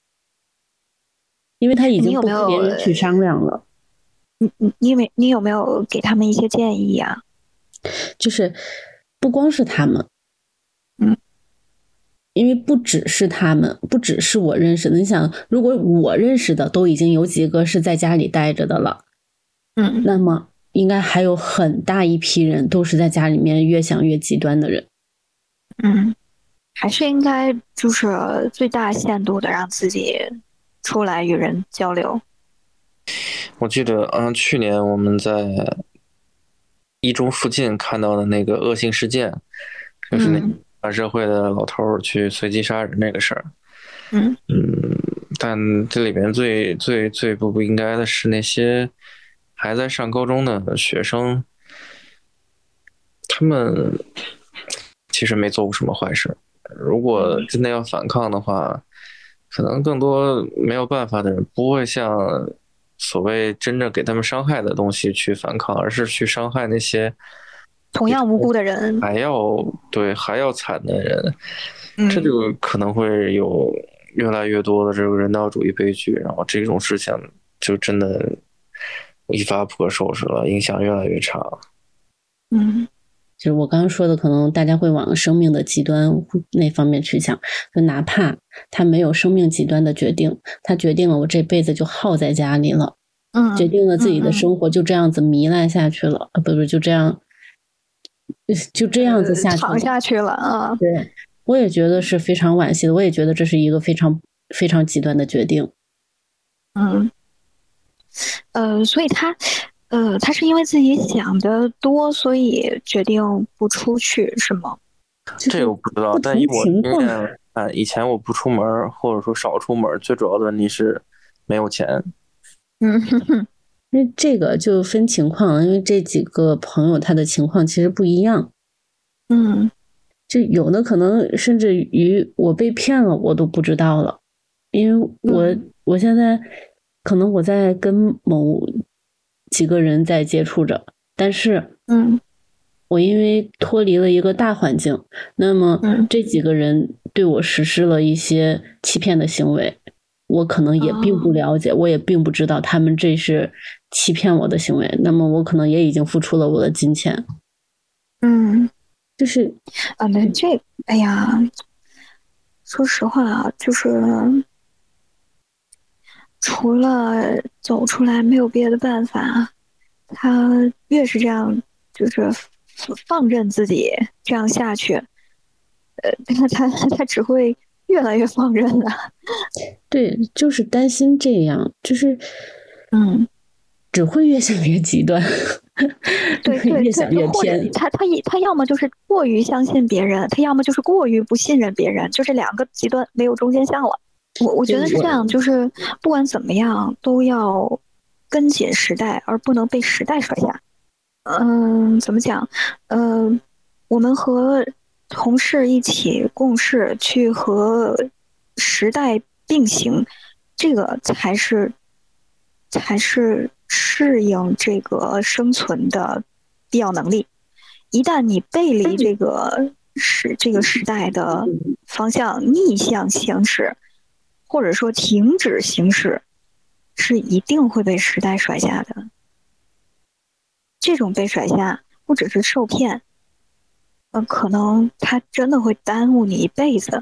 因为他已经不跟别人去商量了。 你有没有给他们一些建议啊？ 就是不光是他们，因为不只是他们，不只是我认识的。你想，如果我认识的都已经有几个是在家里待着的了，那么应该还有很大一批人都是在家里面越想越极端的人。 还是应该就是最大限度的让自己出来与人交流。 我记得去年我们在一中附近看到的那个恶性事件，就是那反社会的老头去随机杀人那个事儿。但这里面最不应该的是那些还在上高中的学生，他们其实没做过什么坏事。如果真的要反抗的话，可能更多没有办法的人不会像所谓真正给他们伤害的东西去反抗，而是去伤害那些同样无辜的人， 还要惨的人。这就可能会有越来越多的这个人道主义悲剧，然后这种事情就真的一发不可收拾了，影响越来越差。 就是我刚刚说的，可能大家会往生命的极端那方面去想，就哪怕他没有生命极端的决定，他决定了我这辈子就耗在家里了， 决定了自己的生活就这样子糜烂下去了，不是就这样子下去了， 躺下去了啊。 对，我也觉得是非常惋惜的，我也觉得这是一个非常非常极端的决定。 所以他是因为自己想的多，所以决定不出去，是吗？ 这个我不知道，但以我经验，以前我不出门或者说少出门，最主要的问题是没有钱。 因为这个就分情况，因为这几个朋友他的情况其实不一样。就有的可能甚至于我被骗了，我都不知道了，因为我现在可能我在跟某几个人在接触着，但是我因为脱离了一个大环境，那么这几个人对我实施了一些欺骗的行为，我可能也并不了解，我也并不知道他们这是欺骗我的行为，那么我可能也已经付出了我的金钱。就是哎呀，说实话啊，就是除了走出来没有别的办法。他越是这样，就是放任自己这样下去，他只会越来越放任了。 对，就是担心这样，就是只会越想越极端， 对， 越想越偏。 他要么就是过于相信别人，他要么就是过于不信任别人，就这两个极端没有中间项了。我觉得是这样，就是不管怎么样都要跟紧时代，而不能被时代甩下。怎么讲？我们和同事一起共事，去和时代并行，这个才是适应这个生存的必要能力。一旦你背离这个时代的方向，逆向行驶，或者说停止行驶，是一定会被时代甩下的。这种被甩下不只是受骗，可能它真的会耽误你一辈子。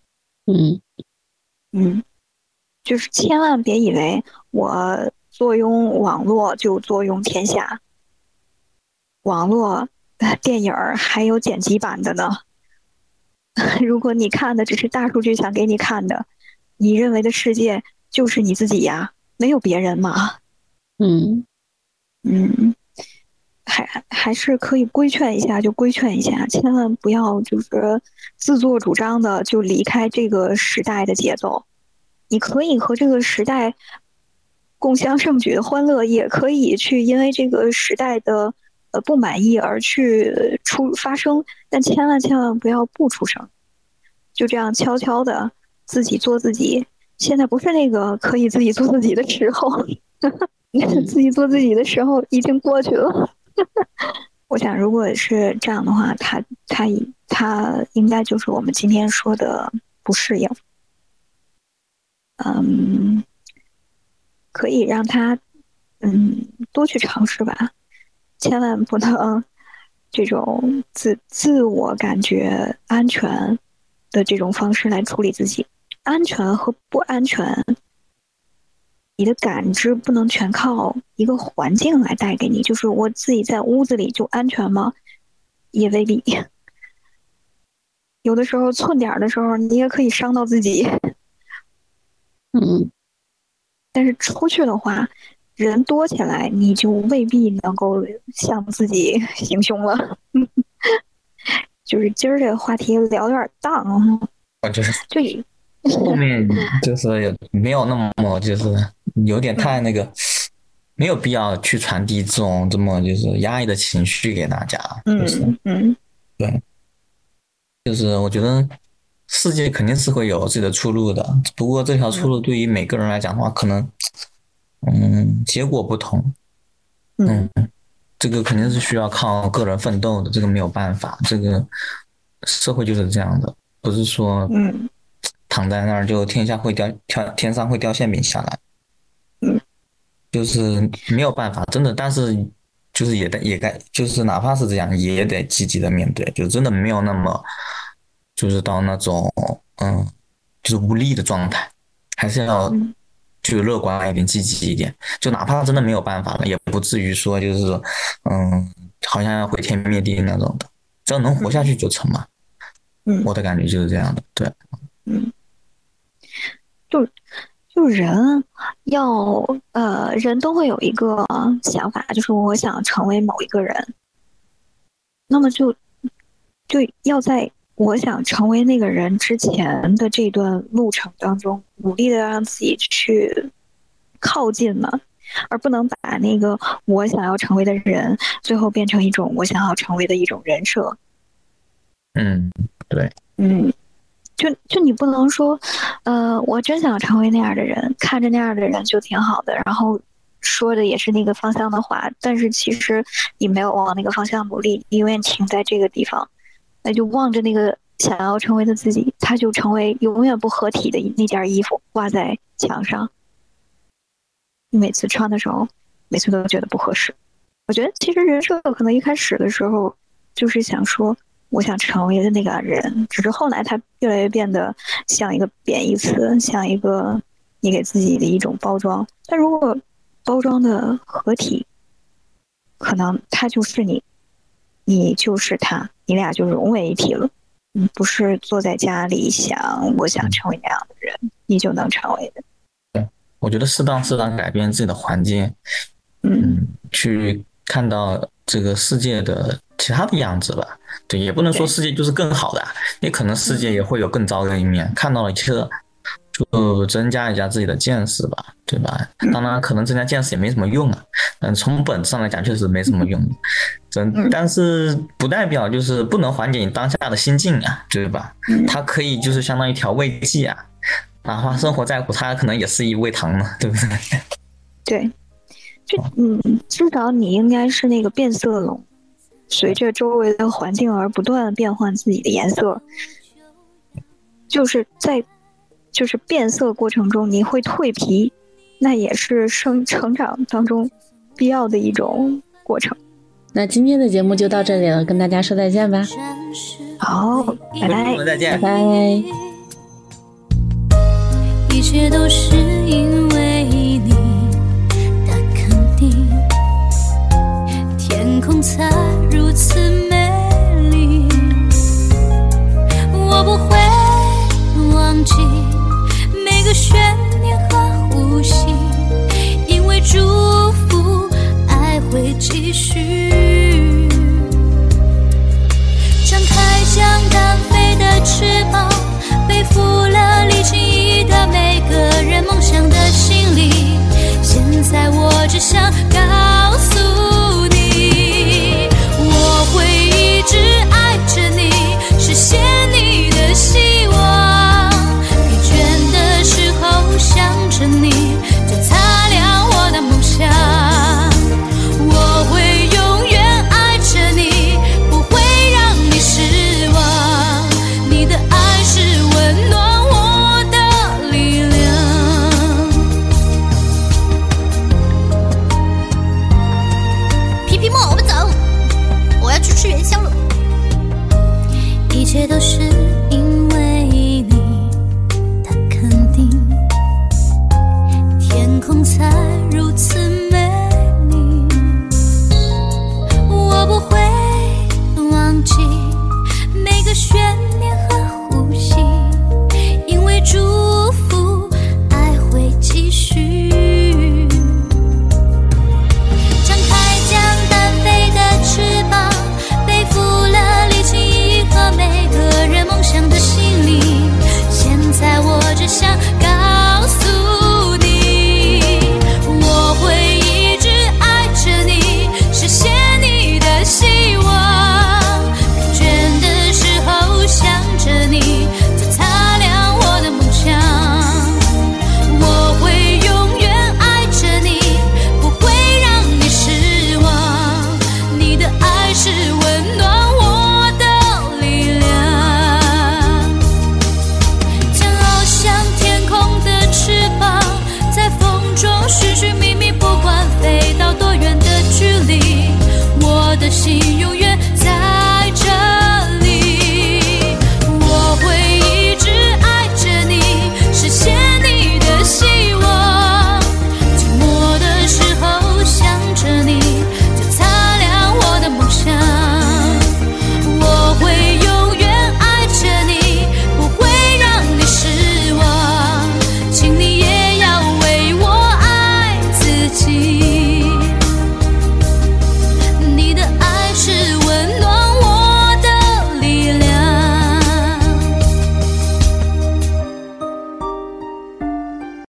就是千万别以为我坐拥网络就坐拥天下，网络电影还有剪辑版的呢。如果你看的只是大数据想给你看的，你认为的世界就是你自己呀，没有别人嘛。还是可以规劝一下就规劝一下，千万不要就是自作主张的就离开这个时代的节奏。你可以和这个时代共襄盛举的欢乐，也可以去因为这个时代的不满意而去发声，但千万不要不出声，就这样悄悄的自己做自己。现在不是那个可以自己做自己的时候，自己做自己的时候已经过去了。我想，如果是这样的话，他应该就是我们今天说的不适应。可以让他多去尝试吧，千万不能这种自我感觉安全的这种方式来处理自己。安全和不安全，你的感知不能全靠一个环境来带给你。就是我自己在屋子里就安全吗？也未必。有的时候寸点的时候，你也可以伤到自己。但是出去的话，人多起来，你就未必能够向自己行凶了。就是今儿这个话题聊有点荡， 后面就是没有那么就是有点太那个，没有必要去传递这么就是压抑的情绪给大家。对，就是我觉得世界肯定是会有自己的出路的，不过这条出路对于每个人来讲的话，可能结果不同。这个肯定是需要靠个人奋斗的，这个没有办法，这个社会就是这样的，不是说躺在那儿就天上会掉馅饼下来。就是没有办法，真的，但是就是也该，就是哪怕是这样，也得积极的面对，就真的没有那么，就是到那种就是无力的状态，还是要就乐观一点，积极一点，就哪怕真的没有办法了，也不至于说就是说好像要毁天灭地那种的，只要能活下去就成嘛。我的感觉就是这样的，对。 就人要人都会有一个想法，就是我想成为某一个人，那么就要在我想成为那个人之前的这段路程当中，努力的让自己去靠近嘛，而不能把那个我想要成为的人，最后变成一种我想要成为的一种人设。 对。 就你不能说，我真想成为那样的人，看着那样的人就挺好的，然后说的也是那个方向的话，但是其实你没有往那个方向努力，你永远停在这个地方，那就望着那个想要成为的自己，他就成为永远不合体的那件衣服挂在墙上，你每次穿的时候，每次都觉得不合适。我觉得其实人设可能一开始的时候就是想说我想成为的那个人，只是后来它越来越变得像一个贬义词，像一个你给自己的一种包装。但如果包装的合体，可能他就是你，你就是他，你俩就融为一体了。不是坐在家里想我想成为那样的人，你就能成为的。 对，我觉得适当改变自己的环境，去看到这个世界的其他的样子吧。对，也不能说世界就是更好的，也可能世界也会有更糟的一面，看到了其实就增加一下自己的见识吧，对吧？当然可能增加见识也没什么用啊，从本质上来讲确实没什么用，但是不代表就是不能缓解你当下的心境啊，对吧？它可以就是相当于一条慰藉啊，哪怕生活再苦，它可能也是一味糖嘛，对不对？ 对，就至少你应该是那个变色龙，随着周围的环境而不断变换自己的颜色，就是在变色过程中你会蜕皮，那也是成长当中必要的一种过程。 那今天的节目就到这里了，跟大家说再见吧。 好，拜拜， 再见， 拜拜。 一切都是因为你的肯定，天空才如此美丽，我不会忘记每个悬念和呼吸，因为祝福爱会继续。张开将单飞的翅膀，背负了离情意的每个人梦想的行李，现在我只想告诉你，我会一直爱着你，实现你的希望，疲倦的时候想着你，就擦亮我的梦想，我会永远爱着你，不会让你失望，你的爱是温暖我的力量。皮皮莫，我们走，我要去吃元宵了。一切都是